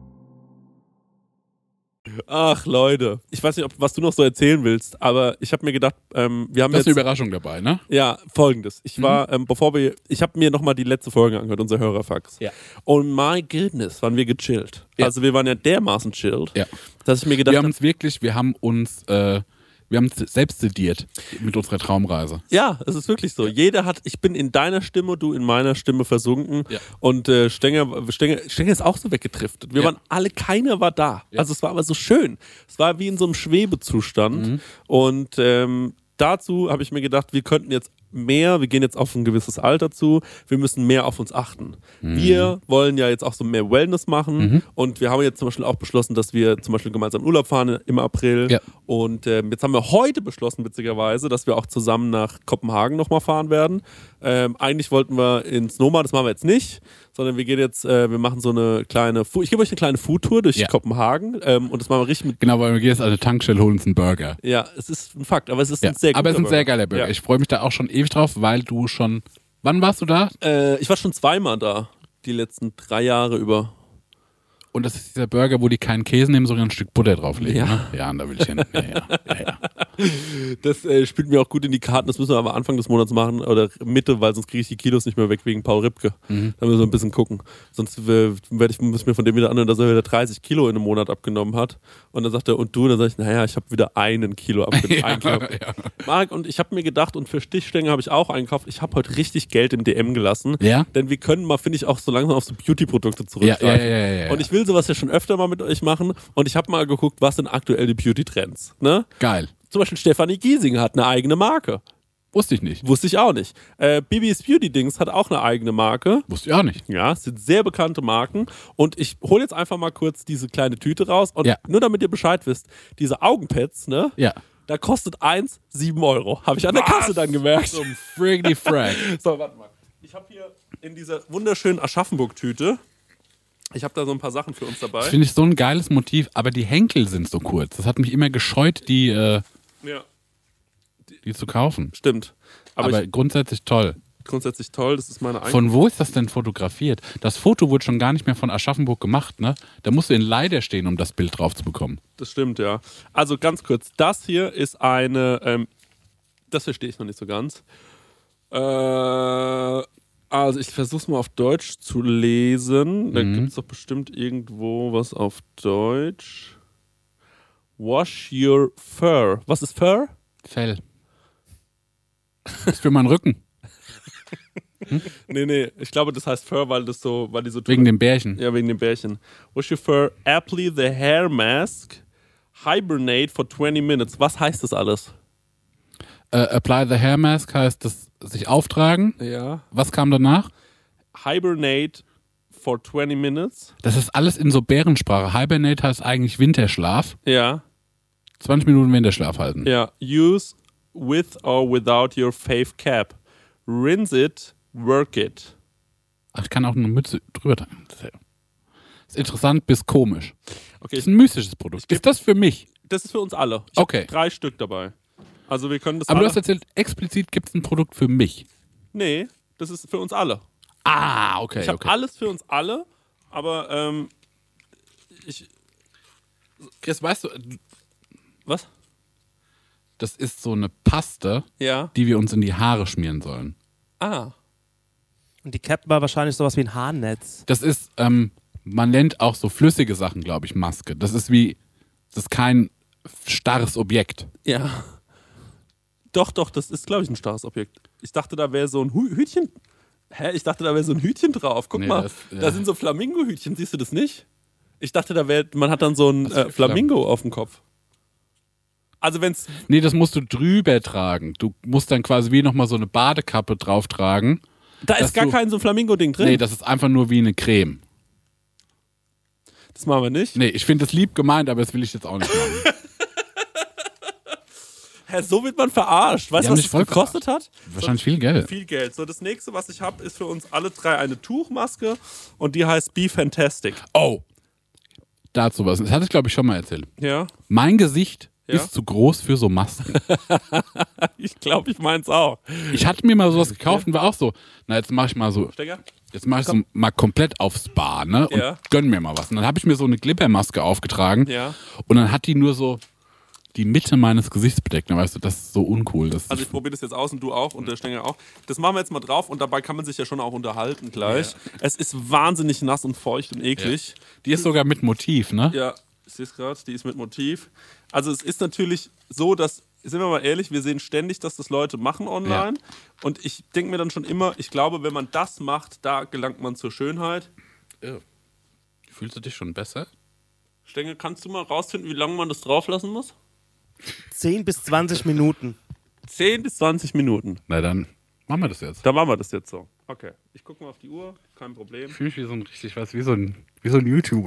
Ach Leute, ich weiß nicht, ob, was du noch so erzählen willst, aber ich habe mir gedacht, ähm, wir haben Da ist jetzt... eine Überraschung dabei, ne? Ja, folgendes. Ich war, ähm, bevor wir, ich habe mir nochmal die letzte Folge angehört, unser Hörerfax. Ja. Und my goodness, waren wir gechillt. Ja. Also wir waren ja dermaßen chillt, Ja. dass ich mir gedacht Wir haben habe, uns wirklich, wir haben uns, äh, wir haben uns selbst sediert mit unserer Traumreise. ja, es ist wirklich so. Jeder hat, ich bin in deiner Stimme, du in meiner Stimme versunken. Ja. Und äh, Stenger, Stenger, Stenger ist auch so weggetriftet. Wir Ja. waren alle, keiner war da. Ja. Also es war aber so schön. Es war wie in so einem Schwebezustand. Mhm. Und ähm, dazu habe ich mir gedacht, wir könnten jetzt mehr, wir gehen jetzt auf ein gewisses Alter zu, wir müssen mehr auf uns achten. Mhm. Wir wollen ja jetzt auch so mehr Wellness machen und wir haben jetzt zum Beispiel auch beschlossen, dass wir zum Beispiel gemeinsam in Urlaub fahren im April Ja. und ähm, jetzt haben wir heute beschlossen, witzigerweise, dass wir auch zusammen nach Kopenhagen nochmal fahren werden. Ähm, eigentlich wollten wir ins Noma, das machen wir jetzt nicht, sondern wir gehen jetzt, äh, wir machen so eine kleine, Fu- ich gebe euch eine kleine Foodtour durch Ja. Kopenhagen ähm, und das machen wir richtig mit, Genau, weil wir gehen jetzt an eine Tankstelle, holen uns einen Burger. ja, es ist ein Fakt, aber es ist Ja. ein sehr guter Aber es ist ein sehr Burger. geiler Burger. Ja. Ich freue mich da auch schon ewig drauf, weil du schon. Wann warst du da? Äh, ich war schon zweimal da, die letzten drei Jahre über. Und das ist dieser Burger, wo die keinen Käse nehmen, sondern ein Stück Butter drauflegen. Ja. Ne? Ja, und da will ich hin. Ja, ja, ja, ja. Das äh, spielt mir auch gut in die Karten, das müssen wir aber Anfang des Monats machen oder Mitte, weil sonst kriege ich die Kilos nicht mehr weg wegen Paul Ripke. Mhm. Da müssen wir ein bisschen gucken. Sonst äh, werde ich, muss ich mir von dem wieder anhören, dass er wieder dreißig Kilo in einem Monat abgenommen hat. Und dann sagt er, und du? Und dann sage ich, naja, ich habe wieder einen Kilo abgenommen. Ein Kilo. ja. Marc, und ich habe mir gedacht, und für Stichstänger habe ich auch eingekauft, ich habe heute richtig Geld im D M gelassen. Ja? Denn wir können mal, finde ich, auch so langsam auf so Beauty-Produkte Ja, zurückgreifen. ja, ja, ja, ja. Und ich will sowas ja schon öfter mal mit euch machen. Und ich habe mal geguckt, was sind aktuell die Beauty-Trends. Ne? Geil. Zum Beispiel Stefanie Giesing hat eine eigene Marke. Wusste ich nicht. Wusste ich auch nicht. Äh, Bibis Beauty Dings hat auch eine eigene Marke. Wusste ich auch nicht. Ja, es sind sehr bekannte Marken. Und ich hole jetzt einfach mal kurz diese kleine Tüte raus. Und Ja. nur damit ihr Bescheid wisst, diese Augenpads, ne? Ja. Da kostet eins sieben Euro. Habe ich an der Kasse dann gemerkt. Zum Friggity Frag. So, warte mal. Ich habe hier in dieser wunderschönen Aschaffenburg-Tüte, ich habe da so ein paar Sachen für uns dabei. Das finde ich so ein geiles Motiv, aber die Henkel sind so kurz. Das hat mich immer gescheut, die, äh, Ja, die zu kaufen. stimmt. Aber, Aber, ich, grundsätzlich toll. grundsätzlich toll, das ist meine eigene. Von wo ist das denn fotografiert? Das Foto wurde schon gar nicht mehr von Aschaffenburg gemacht, ne? Da musst du in Leider stehen, um das Bild drauf zu bekommen. Das stimmt, ja. Also ganz kurz, das hier ist eine, ähm, das verstehe ich noch nicht so ganz. Äh, also ich versuche es mal auf Deutsch zu lesen. Da Mhm. gibt es doch bestimmt irgendwo was auf Deutsch. Wash your fur. Was ist Fur? Fell. Das ist für meinen Rücken. Nee, nee, ich glaube, das heißt Fur, weil das so, weil die so Wegen dem Bärchen. Ja, wegen dem Bärchen. Wash your fur, apply the hair mask, hibernate for twenty minutes. Was heißt das alles? Äh, apply the hair mask heißt das sich auftragen. Ja. Was kam danach? Hibernate for twenty minutes. Das ist alles in so Bärensprache. Hibernate heißt eigentlich Winterschlaf. Ja. zwanzig Minuten Winterschlaf halten. Ja. Use with or without your fave cap. Rinse it, work it. Ach, ich kann auch eine Mütze drüber tragen. Das ist interessant bis komisch. Okay, Das ist ein mystisches Produkt. Ist das für mich? das ist für uns alle. Ich hab Okay. drei Stück dabei. Also wir können das Aber alle. du hast erzählt, explizit gibt es ein Produkt für mich. Nee, das ist für uns alle. Ah, okay, Ich habe okay. alles für uns alle, aber ähm, ich. Chris, weißt du, Was? Das ist so eine Paste, Ja. die wir uns in die Haare schmieren sollen. Ah. Und die Cap war wahrscheinlich sowas wie ein Haarnetz. Das ist, ähm, man nennt auch so flüssige Sachen, glaube ich, Maske. Das ist wie, das ist kein starres Objekt. Ja. Doch, doch, das ist, glaube ich, ein starres Objekt. Ich dachte, da wäre so ein Hü- Hütchen. Hä? Ich dachte, da wäre so ein Hütchen drauf. Guck Nee, mal, das- ja. da sind so Flamingo-Hütchen. Siehst du das nicht? Ich dachte, da wäre, man hat dann so ein Was äh, für Flamingo auf dem Kopf. Also wenn's, Nee, das musst du drüber tragen. Du musst dann quasi wie nochmal so eine Badekappe drauf tragen. da dass ist gar du- kein so Flamingo-Ding drin. Nee, das ist einfach nur wie eine Creme. das machen wir nicht. Nee, ich finde das lieb gemeint, aber das will ich jetzt auch nicht machen. Hä, so wird man verarscht. Weißt Die du, haben was mich das voll gekostet hat? Wahrscheinlich viel Geld. Viel Geld. So, das nächste, was ich habe, ist für uns alle drei eine Tuchmaske und die heißt Be Fantastic. Oh, dazu was. Das hatte ich, glaube ich, schon mal erzählt. Ja, Mein Gesicht Ja. ist zu groß für so Masken. ich glaube, ich meins auch. Ich hatte mir mal sowas gekauft und war auch so, na jetzt mache ich mal so, Stecker? jetzt mache ich so mal komplett auf Spa, ne? Und Ja. gönn mir mal was. Und dann habe ich mir so eine Glippermaske aufgetragen Ja. und dann hat die nur so die Mitte meines Gesichts bedeckt. Dann weißt du, das ist so uncool. Das Also ich probiere das jetzt aus und du auch und der Stenger auch. Das machen wir jetzt mal drauf und dabei kann man sich ja schon auch unterhalten gleich. Es ist wahnsinnig nass und feucht und eklig. die ist sogar mit Motiv, ne? Ja, ich sehe es gerade, die ist mit Motiv. Also es ist natürlich so, dass, sind wir mal ehrlich, wir sehen ständig, dass das Leute machen online. Und ich denke mir dann schon immer, ich glaube, wenn man das macht, da gelangt man zur Schönheit. Fühlst du dich schon besser? Stenge, kannst du mal rausfinden, wie lange man das drauflassen muss? zehn bis zwanzig Minuten. zehn bis zwanzig Minuten. Na dann machen wir das jetzt. Da machen wir das jetzt so. Okay, ich gucke mal auf die Uhr, kein Problem. Ich fühle mich wie so ein richtig was, wie so ein, wie so ein YouTuber.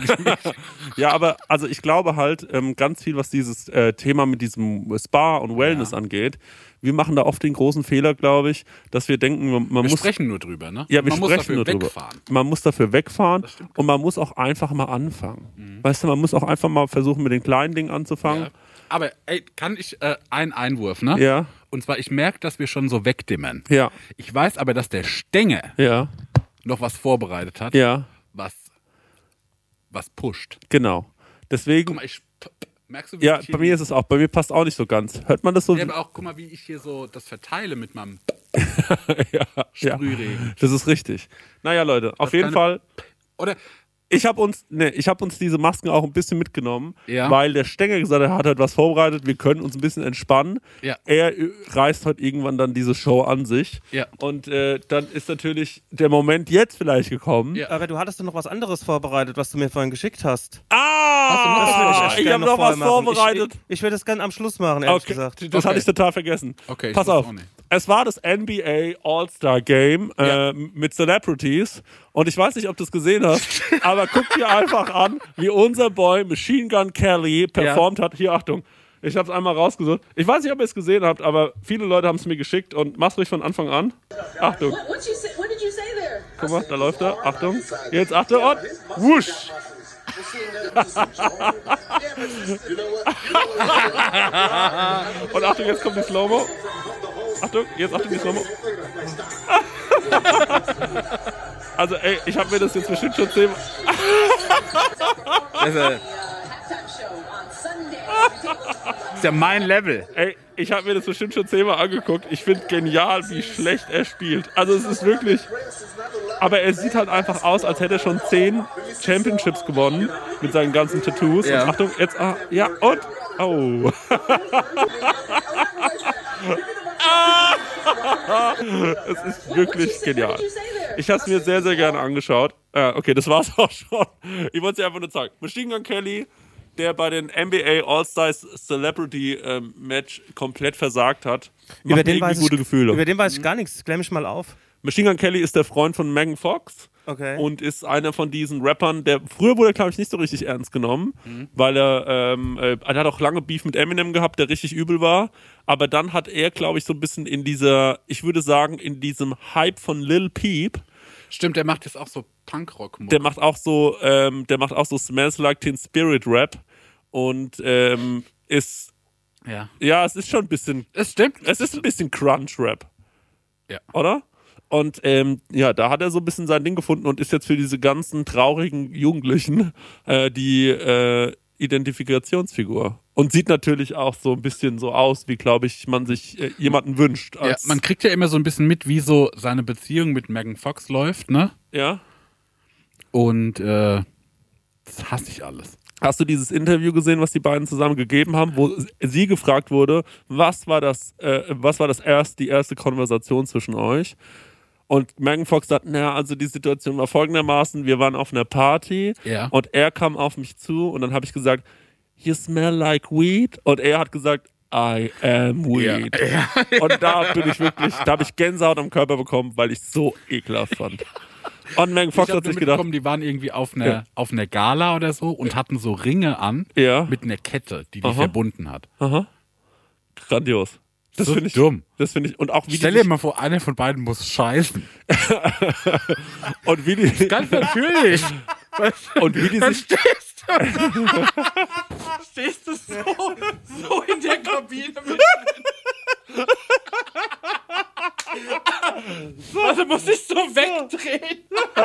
Ja, aber also ich glaube halt ähm, ganz viel, was dieses äh, Thema mit diesem Spa und Wellness Ja. angeht. Wir machen da oft den großen Fehler, glaube ich, dass wir denken, man, man Wir muss sprechen nur drüber, ne? ja, wir Man muss sprechen dafür nur drüber. wegfahren. Man muss dafür wegfahren und man muss auch einfach mal anfangen. Mhm. Weißt du, man muss auch einfach mal versuchen, mit den kleinen Dingen anzufangen. Ja. Aber ey, kann ich äh, einen Einwurf, ne? Ja, Und zwar, ich merke, dass wir schon so wegdimmern. ja, Ich weiß aber, dass der Stenge ja, noch was vorbereitet hat, ja, was, was pusht. genau. Deswegen, Guck mal, ich, merkst du, wie ja, ich hier bei mir ist es auch, bei mir passt auch nicht so ganz. Hört man das so? ja, aber auch, guck mal, wie ich hier so das verteile mit meinem ja, ja, Sprühregen. das ist richtig. Naja, Leute, auf jeden keine- Fall. Oder, Ich habe uns, ne, ich habe uns diese Masken auch ein bisschen mitgenommen, Ja. weil der Stenger gesagt hat, er hat halt was vorbereitet, wir können uns ein bisschen entspannen. Ja. Er äh, reißt heute irgendwann dann diese Show an sich. Ja. Und äh, dann ist natürlich der Moment jetzt vielleicht gekommen. Ja. Aber du hattest doch noch was anderes vorbereitet, was du mir vorhin geschickt hast. Ah! Das würde ich echt ich gerne habe noch was vorher machen. vorbereitet. Ich, ich, ich würde es gerne am Schluss machen, ehrlich Okay, gesagt. das hatte Okay. ich total vergessen. Okay, ich Pass wusste auf. auch nicht. Es war das N B A All-Star Game äh, Ja. mit Celebrities. Und ich weiß nicht, ob du es gesehen hast, aber guck dir einfach an, wie unser Boy Machine Gun Kelly performt hat. Hier, Achtung. Ich habe es einmal rausgesucht. Ich weiß nicht, ob ihr es gesehen habt, aber viele Leute haben es mir geschickt und mach's ruhig von Anfang an. Achtung. What, what, you say, what did you say there? Guck mal, da läuft er. Achtung. Jetzt Achtung und wusch. Und Achtung, jetzt kommt die Slow-Mo. Achtung, jetzt Achtung, die Slow-Mo. Also ey, ich habe mir das jetzt bestimmt schon zehnmal... Das ist ja, Halftime show on Sunday. ist ja mein Level. Ey, ich habe mir das bestimmt schon zehnmal angeguckt. Ich finde genial, wie schlecht er spielt. Also es ist wirklich... Aber er sieht halt einfach aus, als hätte er schon zehn Championships gewonnen mit seinen ganzen Tattoos. Ja. Und Achtung, jetzt... Ah, ja, und... Oh. Es ist wirklich genial. Ich habe es mir sehr, sehr gerne angeschaut. Äh, okay, das war's auch schon. Ich wollte es dir einfach nur zeigen. Machine Gun Kelly, der bei den N B A All-Stars Celebrity ähm, Match komplett versagt hat, macht Über mir den, irgendwie weiß gute ich, Gefühle. über den weiß ich gar nichts. Klär mich mal auf. Machine Gun Kelly ist der Freund von Megan Fox. Okay. Und ist einer von diesen Rappern, der früher wurde er, glaube ich, nicht so richtig ernst genommen, weil er, ähm, äh, er hat auch lange Beef mit Eminem gehabt, der richtig übel war. Aber dann hat er, glaube ich, so ein bisschen in dieser, ich würde sagen, in diesem Hype von Lil Peep, Stimmt, der macht jetzt auch so Punkrock. der macht auch so, ähm, der macht auch so Smells Like Teen Spirit Rap und ähm, ist, Ja. ja, es ist schon ein bisschen, Es stimmt. es ist ein bisschen Crunch Rap, Ja. oder? Und ähm, ja, da hat er so ein bisschen sein Ding gefunden und ist jetzt für diese ganzen traurigen Jugendlichen, äh, die äh, Identifikationsfigur. Und sieht natürlich auch so ein bisschen so aus, wie, glaube ich, man sich äh, jemanden wünscht. Ja, Als, man kriegt ja immer so ein bisschen mit, wie so seine Beziehung mit Megan Fox läuft, ne? ja. Und äh, das hasse ich alles. Hast du dieses Interview gesehen, was die beiden zusammen gegeben haben, wo sie gefragt wurde, was war das, äh, was war das erst, die erste Konversation zwischen euch? Und Megan Fox sagt, naja, also die Situation war folgendermaßen, wir waren auf einer Party Ja. und er kam auf mich zu und dann habe ich gesagt, you smell like weed? Und er hat gesagt, I am weed. Ja. Und da bin ich wirklich, da habe ich Gänsehaut am Körper bekommen, weil ich es so ekelhaft fand. Und Megan Fox Ich hab hat nur sich gedacht, mitbekommen, die waren irgendwie auf einer, Ja. auf einer Gala oder so und hatten so Ringe an Ja. mit einer Kette, die die Aha. verbunden hat. aha, grandios. Das So finde ich dumm. Das finde ich, und auch wie Stell die dir sich, mal vor, einer von beiden muss scheißen. und wie die, Ganz natürlich. und wie die sich, Stehst du, stehst du so, so in der Kabine mit. Also muss ich so wegdrehen.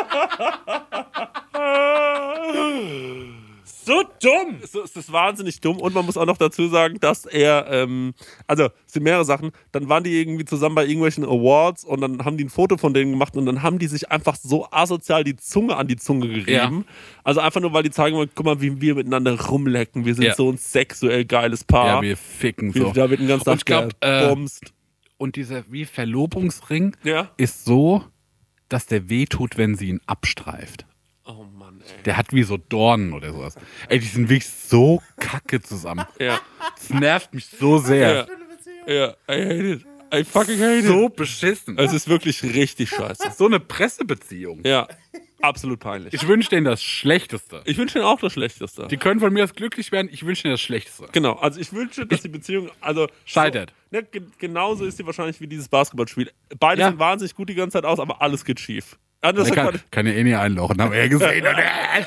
So dumm. so ist das wahnsinnig dumm und man muss auch noch dazu sagen, dass er, ähm, also es sind mehrere Sachen, dann waren die irgendwie zusammen bei irgendwelchen Awards und dann haben die ein Foto von denen gemacht und dann haben die sich einfach so asozial die Zunge an die Zunge gerieben. Also einfach nur, weil die zeigen wollen, guck mal, wie wir miteinander rumlecken, wir sind Ja. so ein sexuell geiles Paar. Ja, wir ficken Wir- so. Da wird den ganzen Und ich Tag glaub, äh, gebumst. Und dieser wie Verlobungsring Ja. ist so, dass der wehtut, wenn sie ihn abstreift. Oh Mann, ey. Der hat wie so Dornen oder sowas. Ey, die sind wirklich so kacke zusammen. Ja. Das nervt mich so sehr. Ja. Ja, I hate it. I fucking hate it. So beschissen. Es ist wirklich richtig scheiße. So eine Pressebeziehung. Ja, absolut peinlich. Ich wünsche denen das Schlechteste. Ich wünsche ihnen auch das Schlechteste. Die können von mir aus glücklich werden, ich wünsche denen das Schlechteste. Genau, also ich wünsche, dass die Beziehung, also Scheitert. So, ne, ge genauso ist sie wahrscheinlich wie dieses Basketballspiel. Beide Ja. sehen wahnsinnig gut die ganze Zeit aus, aber alles geht schief. Ja, das Ich ist kann, quasi- kann ja eh nicht einlochen, haben wir ja gesehen. oh,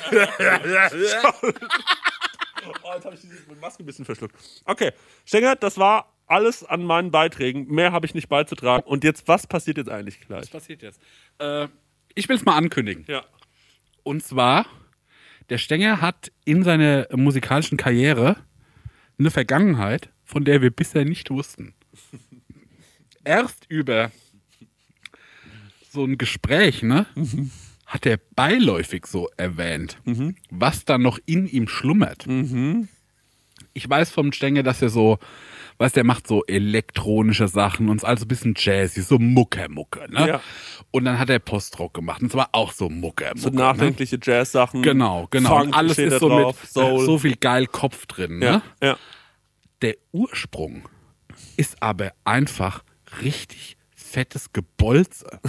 jetzt habe ich diese Maske ein bisschen verschluckt. Okay, Stenger, das war alles an meinen Beiträgen. Mehr habe ich nicht beizutragen. Und jetzt, was passiert jetzt eigentlich gleich? Was passiert jetzt? Äh, ich will es mal ankündigen. Ja. Und zwar, der Stenger hat in seiner musikalischen Karriere eine Vergangenheit, von der wir bisher nicht wussten. Erst über so ein Gespräch, ne, Mhm. hat er beiläufig so erwähnt, Mhm. was da noch in ihm schlummert. Ich weiß vom Stenger, dass er so, weißt der macht so elektronische Sachen und ist also ein bisschen jazzy, so Mucke-Mucke, ne? Ja. Und dann hat er Postrock gemacht und zwar auch so Mucke-Mucke. So ne? nachdenkliche Jazz-Sachen. Genau, genau. Funk und alles steht ist da so drauf, mit Soul. so viel geil Kopf drin, Ja, ne? ja. Der Ursprung ist aber einfach richtig fettes Gebolze.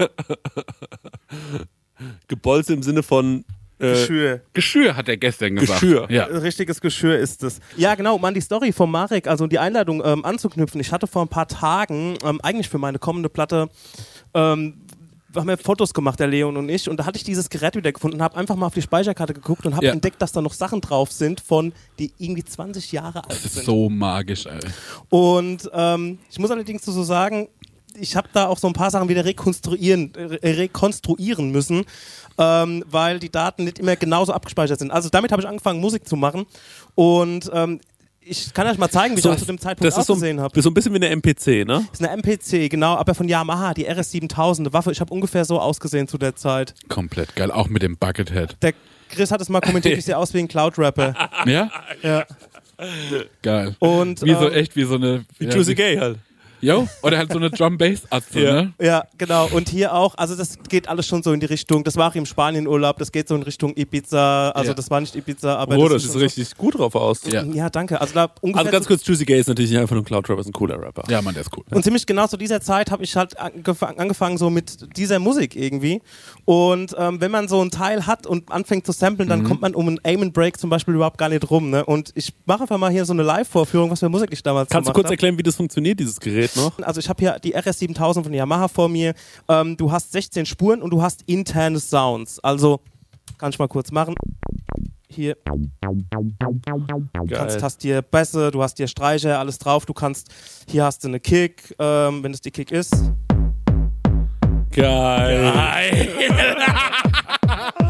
Gebolze im Sinne von äh, Geschür. Geschür, hat er gestern gesagt. Geschür. Ja. Richtiges Geschür ist es. Ja, genau, um an die Story von Marek, also die Einladung ähm, anzuknüpfen. Ich hatte vor ein paar Tagen, ähm, eigentlich für meine kommende Platte, ähm, haben wir Fotos gemacht, der Leon und ich, und da hatte ich dieses Gerät wieder gefunden und habe einfach mal auf die Speicherkarte geguckt und habe Ja. entdeckt, dass da noch Sachen drauf sind, von die irgendwie zwanzig Jahre alt Das ist sind. so magisch, ey. Und ähm, ich muss allerdings so sagen, ich habe da auch so ein paar Sachen wieder rekonstruieren, äh, rekonstruieren müssen, ähm, weil die Daten nicht immer genauso abgespeichert sind. Also damit habe ich angefangen, Musik zu machen. Und ähm, ich kann euch mal zeigen, wie ich auch zu dem Zeitpunkt das ist so, ausgesehen habe. so ein bisschen wie eine M P C, ne? Das ist eine M P C, genau, aber von Yamaha, die R S siebentausend, eine Waffe. Ich habe ungefähr so ausgesehen zu der Zeit. Komplett geil, auch mit dem Buckethead. Der Chris hat es mal kommentiert, ich sehe aus wie ein Cloud-Rapper. Ja? Ja. Geil. Und, Wie so ähm, echt wie so eine. Wie ja, Juicy Gay halt. Jo? Oder halt so eine Drum-Bass-Atze, Ja. ne? Ja, genau. Und hier auch, also das geht alles schon so in die Richtung, das war auch im Spanien-Urlaub, das geht so in Richtung Ibiza, also Ja. das war nicht Ibiza, aber Oh, das, das ist sieht schon richtig gut drauf aus. Ja. so, ja, danke. Also da ungefähr Also ganz kurz, Juicy Gay ist natürlich nicht einfach nur ein Cloud-Rapper, ist ein cooler Rapper. Ja, Mann, der ist cool. Und ziemlich genau zu dieser Zeit habe ich halt angef angefangen so mit dieser Musik irgendwie. Und ähm, wenn man so einen Teil hat und anfängt zu samplen, dann kommt man um einen Aim and Break zum Beispiel überhaupt gar nicht rum. Ne? Und ich mache einfach mal hier so eine Live-Vorführung, was wir musiklich damals Kannst du gemacht kurz haben. erklären, wie das funktioniert, dieses Gerät noch? Also ich habe hier die R S siebentausend von Yamaha vor mir. Ähm, du hast sechzehn Spuren und du hast interne Sounds. Also kann ich mal kurz machen. Hier. Du kannst, hast hier Bässe, du hast hier Streicher, alles drauf. Du kannst, hier hast du eine Kick, ähm, wenn es die Kick ist. Geil.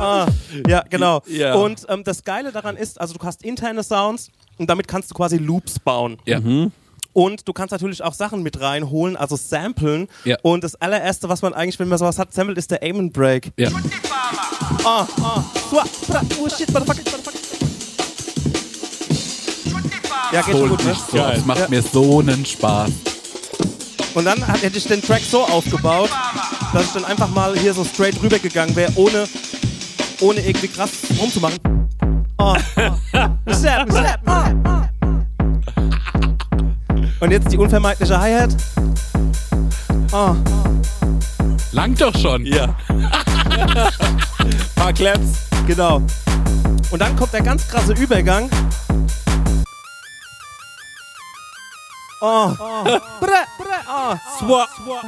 Ja, genau. Ja. Und ähm, das Geile daran ist, also du hast interne Sounds und damit kannst du quasi Loops bauen. Ja. Mhm. Und du kannst natürlich auch Sachen mit reinholen, also samplen. Ja. Und das allererste, was man eigentlich, wenn man sowas hat, samplet, ist der Aim and Break. Ja. Ah, ah, swap, bra, oh shit, motherfucker, motherfucker. Ja, geht schon Holt gut, ne? mich so. Das macht mir so einen Spaß. Und dann hat- hätte ich den Track so aufgebaut, dass ich dann einfach mal hier so straight rübergegangen wäre, ohne, ohne irgendwie krass rumzumachen. Oh, oh. Snap, snap, snap. Und jetzt die unvermeidliche Hi-Hat. Oh. Langt doch schon. Ja. Paar Claps. Genau. Und dann kommt der ganz krasse Übergang. Oh. oh. Bra, bra, oh. Swap.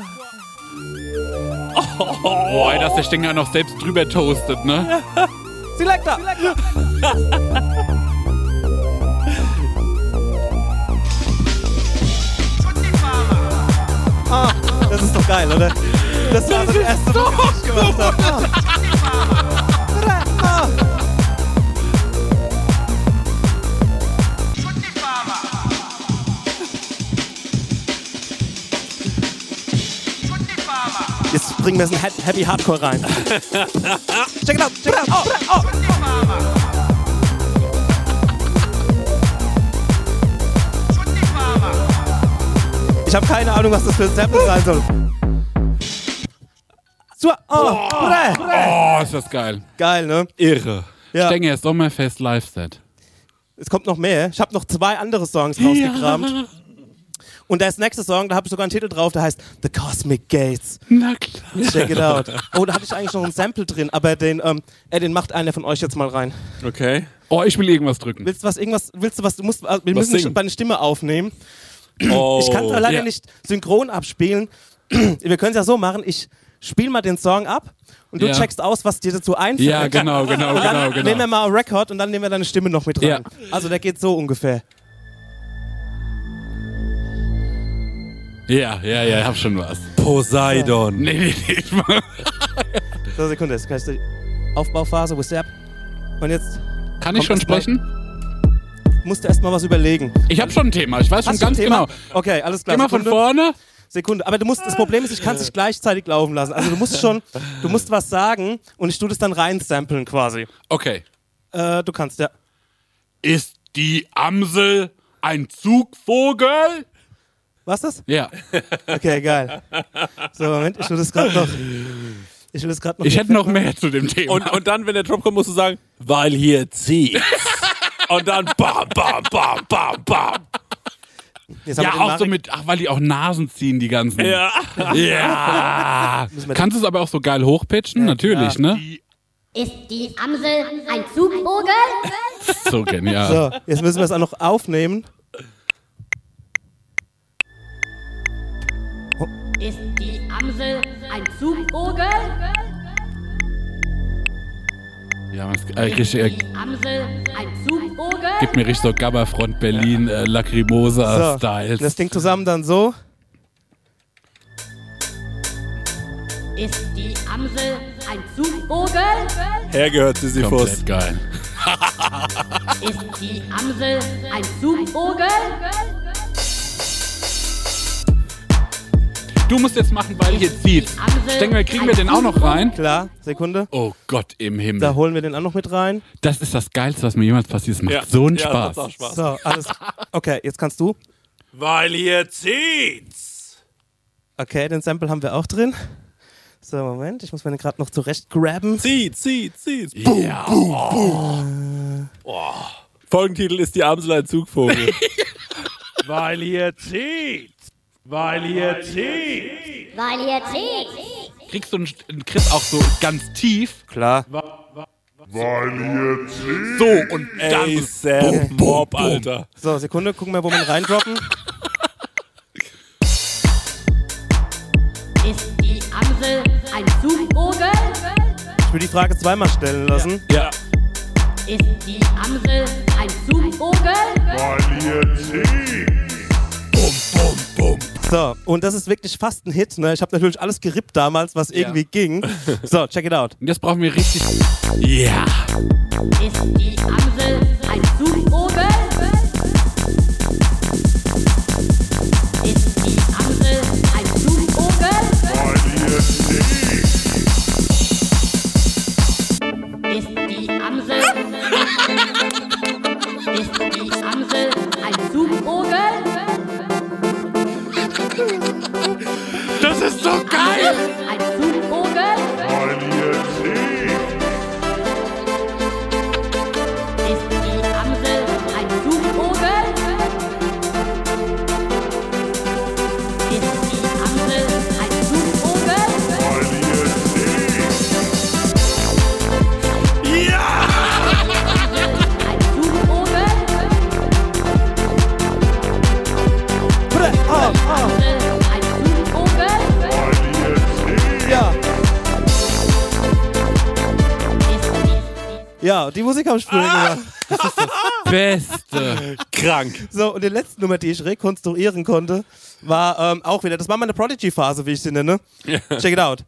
Boah, dass das Ding ja noch selbst drüber toastet, ne? Selector. Ah, das ist doch geil, oder? Das war so die erste Woche, die ich gemacht habe. Ah. Ah. Jetzt bringen wir es in Happy Hardcore rein. Check it out, check it out. Oh, oh. Ich habe keine Ahnung, was das für ein Sample sein soll. So, oh, bre, bre. Oh, ist das geil. Geil, ne? Irre. Ja. Stenger Sommerfest Live-Set. Es kommt noch mehr. Ich habe noch zwei andere Songs rausgekramt. Und der nächste Song, da habe ich sogar einen Titel drauf, der heißt The Cosmic Gates. Na klar. Check it out. Oh, da hatte ich eigentlich noch ein Sample drin, aber den, ähm, ey, den macht einer von euch jetzt mal rein. Okay. Oh, ich will irgendwas drücken. Willst du was, irgendwas, willst du was, du musst, also wir Was müssen nicht singen? deine Stimme aufnehmen. Oh. Ich kann leider ja. nicht synchron abspielen. Wir können es ja so machen, ich spiele mal den Song ab und du Ja. checkst aus, was dir dazu einfällt. Ja, genau, genau, Und dann genau, nehmen wir genau. mal Record und dann nehmen wir deine Stimme noch mit rein. Ja. Also der geht so ungefähr. Ja, ja, ja, ich hab schon was. Poseidon. Nee, nee, nee. ich mach- So, Sekunde, jetzt kann ich die Aufbauphase, what's up? Und jetzt Kann ich Kommt schon erst mal- sprechen? musst du erst mal was überlegen. Ich hab schon ein Thema, ich weiß schon Hast du ein ganz Thema? genau. Okay, alles klar. Geh mal von Sekunde. vorne. Sekunde. Aber du musst, das Problem ist, ich kann es nicht gleichzeitig laufen lassen. Also du musst schon, du musst was sagen und ich tue das dann rein samplen quasi. Okay. Äh, du kannst, ja. Ist die Amsel ein Zugvogel? Was ist das? Ja. Okay, geil. So, Moment, ich will das gerade noch. Ich will das gerade noch. Ich hätte noch mehr zu dem Thema. Und, und dann, wenn der Drop kommt, musst du sagen, weil hier zieht. Und dann bam, bam, bam, bam, bam. Jetzt haben ja, wir den auch so Marek- mit, ach, weil die auch Nasen ziehen, die ganzen. Ja. Ja. Müssen wir- Kannst du es aber auch so geil hochpitchen? Natürlich, ne? Ist die Amsel ein Zugvogel? So genial. So, jetzt müssen wir es auch noch aufnehmen. Ist die Amsel ein Zugvogel? Ja, man, äh, richtig, äh, Die Amsel ein Zugvogel? gibt mir richtig so Gabberfront Berlin, äh, Lacrimosa So, Styles. das Ding zusammen dann so. Ist die Amsel ein Zugvogel? Hergehört Sisyphus. Komplett geil. Ist die Amsel ein Zugvogel? Du musst jetzt machen, weil hier zieht. Ich denke mal, kriegen wir den auch noch rein? Klar, Sekunde. Oh Gott im Da Himmel. holen wir den auch noch mit rein. Das ist das Geilste, was mir jemals passiert ist. Macht Ja. so einen Ja, Spaß. das macht auch Spaß. So, alles. Okay, jetzt kannst du. Weil hier zieht's. Okay, den Sample haben wir auch drin. So, Moment, ich muss mir den gerade noch zurecht grabben. Zieht, zieht, zieht. Ja. Folgentitel ist die Amsel ein Zugvogel. Weil hier zieht. Weil hier zieht. Weil ihr zieht. Kriegst du einen, einen Chris auch so ganz tief. Klar. So, und dann. Ey, Sam Bob, Alter. So, Sekunde, gucken wir, wo wir ihn reindroppen. Ist die Amsel ein Zugvogel? Ich will die Frage zweimal stellen lassen. Ja. Ist die Amsel ein Zugvogel? Bum, bum, bum. So, und das ist wirklich fast ein Hit. Ne? Ich habe natürlich alles gerippt damals, was irgendwie Ja. ging. So, check it out. Und jetzt brauchen wir richtig. Ja. Ist die Amsel ein Zugvogel? Ist die Amsel ein Zugvogel? Ist die Amsel Ist die Amsel ein Zugvogel? Das ist so geil! Ein Zugvogel? Ist die Amsel ein Zugvogel? Ist die Amsel ein Zugvogel? Ja! Ein Zugvogel? Oh, oh. Amsel ein Zugvogel? Ja. Ist die Ja, die Musik habe ich früher gemacht. Beste. Krank. So, und die letzte Nummer, die ich rekonstruieren konnte, war ähm, auch wieder, das war meine Prodigy-Phase, wie ich sie nenne. Check it out.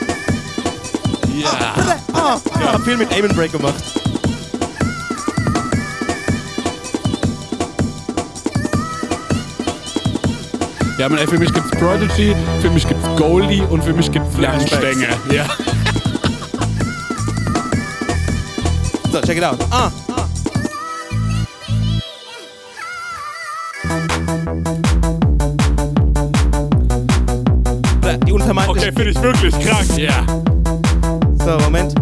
Ja. Oh, ich hab viel mit Aim and Break gemacht. Ja, man, ey, für mich gibt's Prodigy, für mich gibt's Goldie und für mich gibt's Lärmstänge. Ja. So, check it out. Ah. Die unvermeidliche. Okay, finde ich wirklich krank. Ja. So, Moment.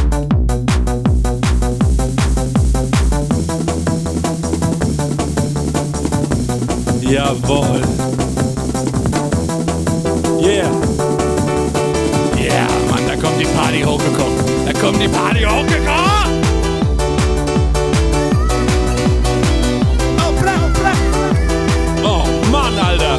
Jawohl. Yeah. Ja, Mann, da kommt die Party hochgekommen. Da kommt die Party hochgekommen. Oh, bla, bla. Oh Mann, Alter.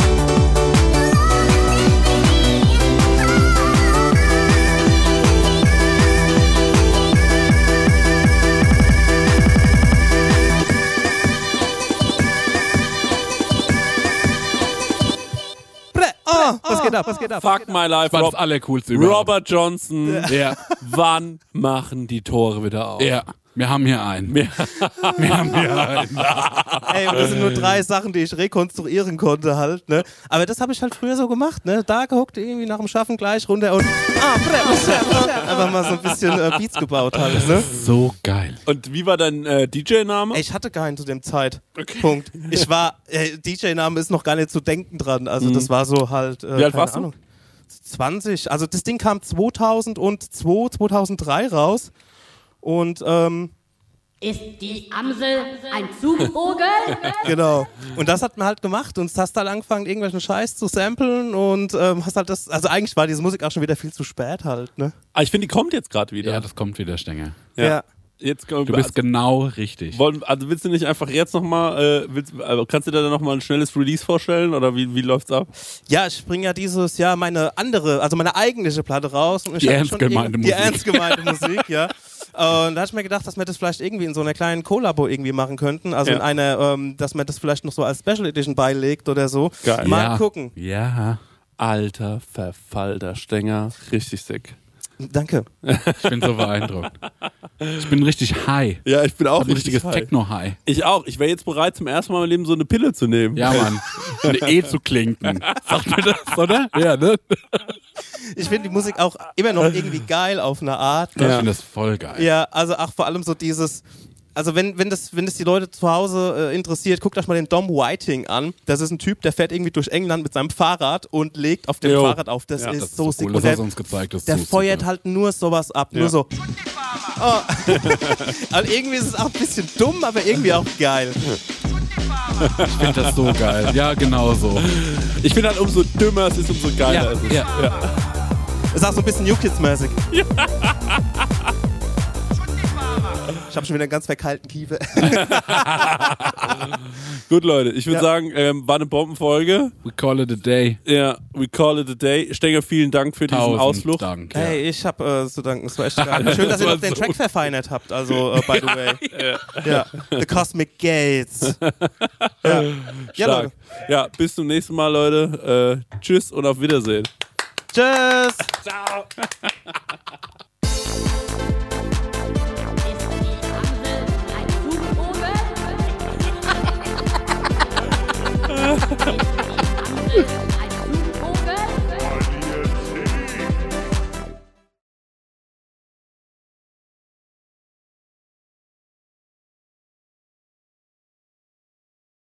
Bla. Oh, was geht ab? Was geht ab? Fuck my life. Das war das Rob Allercoolste überhaupt. Robert Johnson. Ja. Wann machen die Tore wieder auf? Ja. Wir haben hier einen. Wir, wir haben hier einen. Ey, und das sind nur drei Sachen, die ich rekonstruieren konnte halt, ne? Aber das habe ich halt früher so gemacht, ne? Da gehockt irgendwie nach dem Schaffen gleich runter und ah, einfach mal so ein bisschen äh, Beats gebaut halt, ne? So geil. Und wie war dein äh, D J-Name? Ey, ich hatte keinen zu dem Zeitpunkt. Ich war, äh, D J-Name ist noch gar nicht zu denken dran, also das war so halt, äh, Wie alt keine warst du? Ahnung. zwanzig, also das Ding kam zweitausendzwei, zweitausenddrei raus und ähm, Ist die Amsel ein Zugvogel? genau. Und das hat man halt gemacht und hast halt angefangen, irgendwelchen Scheiß zu samplen und ähm, hast halt das, also eigentlich war diese Musik auch schon wieder viel zu spät halt, ne? Ah, ich finde, die kommt jetzt gerade wieder. Ja, das kommt wieder, Stenge. Ja. Jetzt kommt, Du bist genau richtig. wollen, also willst du nicht einfach jetzt nochmal, äh, willst, also kannst du dir da nochmal ein schnelles Release vorstellen oder wie, wie läuft's ab? Ja, ich bringe ja dieses Jahr meine andere, also meine eigentliche Platte raus. Und ich Die hab ernst schon gemeinte irgend- Musik. Die ernst gemeinte Musik, ja. Und da hatte ich mir gedacht, dass wir das vielleicht irgendwie in so einer kleinen Kollabo irgendwie machen könnten. Also Ja. in einer, ähm, dass man das vielleicht noch so als Special Edition beilegt oder so. Geil. Mal ja. gucken. Ja. Alter Verfallter Stänger, richtig sick. Danke. Ich bin so beeindruckt. Ich bin richtig high. Ja, ich bin auch Ein richtiges Techno-High. Ich auch. Ich wäre jetzt bereit, zum ersten Mal in meinem Leben so eine Pille zu nehmen. Ja, Mann. Eine E zu klinken. Sagt mir das, oder? Ja, ne? Ich finde die Musik auch immer noch irgendwie geil auf eine Art. Ich Ne? finde das voll geil. Ja, also auch vor allem so dieses, also wenn, wenn, das, wenn das die Leute zu Hause äh, interessiert, guckt euch mal den Dom Whiting an. Das ist ein Typ, der fährt irgendwie durch England mit seinem Fahrrad und legt auf dem Jo. Fahrrad auf. Das Ja, ist Das ist so so sick. cool. Und Das hast der du uns gezeigt. Das ist der so feuert super. halt nur sowas ab. Ja. Nur so. Oh. Also irgendwie ist es auch ein bisschen dumm, aber irgendwie auch geil. Ich finde das so geil. Ja, genau so. Ich finde halt, umso dümmer es ist, umso geiler ist es. ja. Ist auch so ein bisschen New Kids-mäßig. Ich habe schon wieder einen ganz verkalten Kiefer. Gut, Leute, ich würde Ja. sagen, ähm, war eine Bombenfolge. We call it a day. Ja, we call it a day. Stenger, vielen Dank für diesen Tausend Ausflug. Dank. Hey, ich habe äh, zu danken. Es war echt geil. Schön, dass ihr war noch den so- Track verfeinert habt. Also, äh, by the way. Ja. The Cosmic Gates. Ja, ja Stark. Leute. Ja, bis zum nächsten Mal, Leute. Äh, tschüss und auf Wiedersehen. Tschüss. Ciao.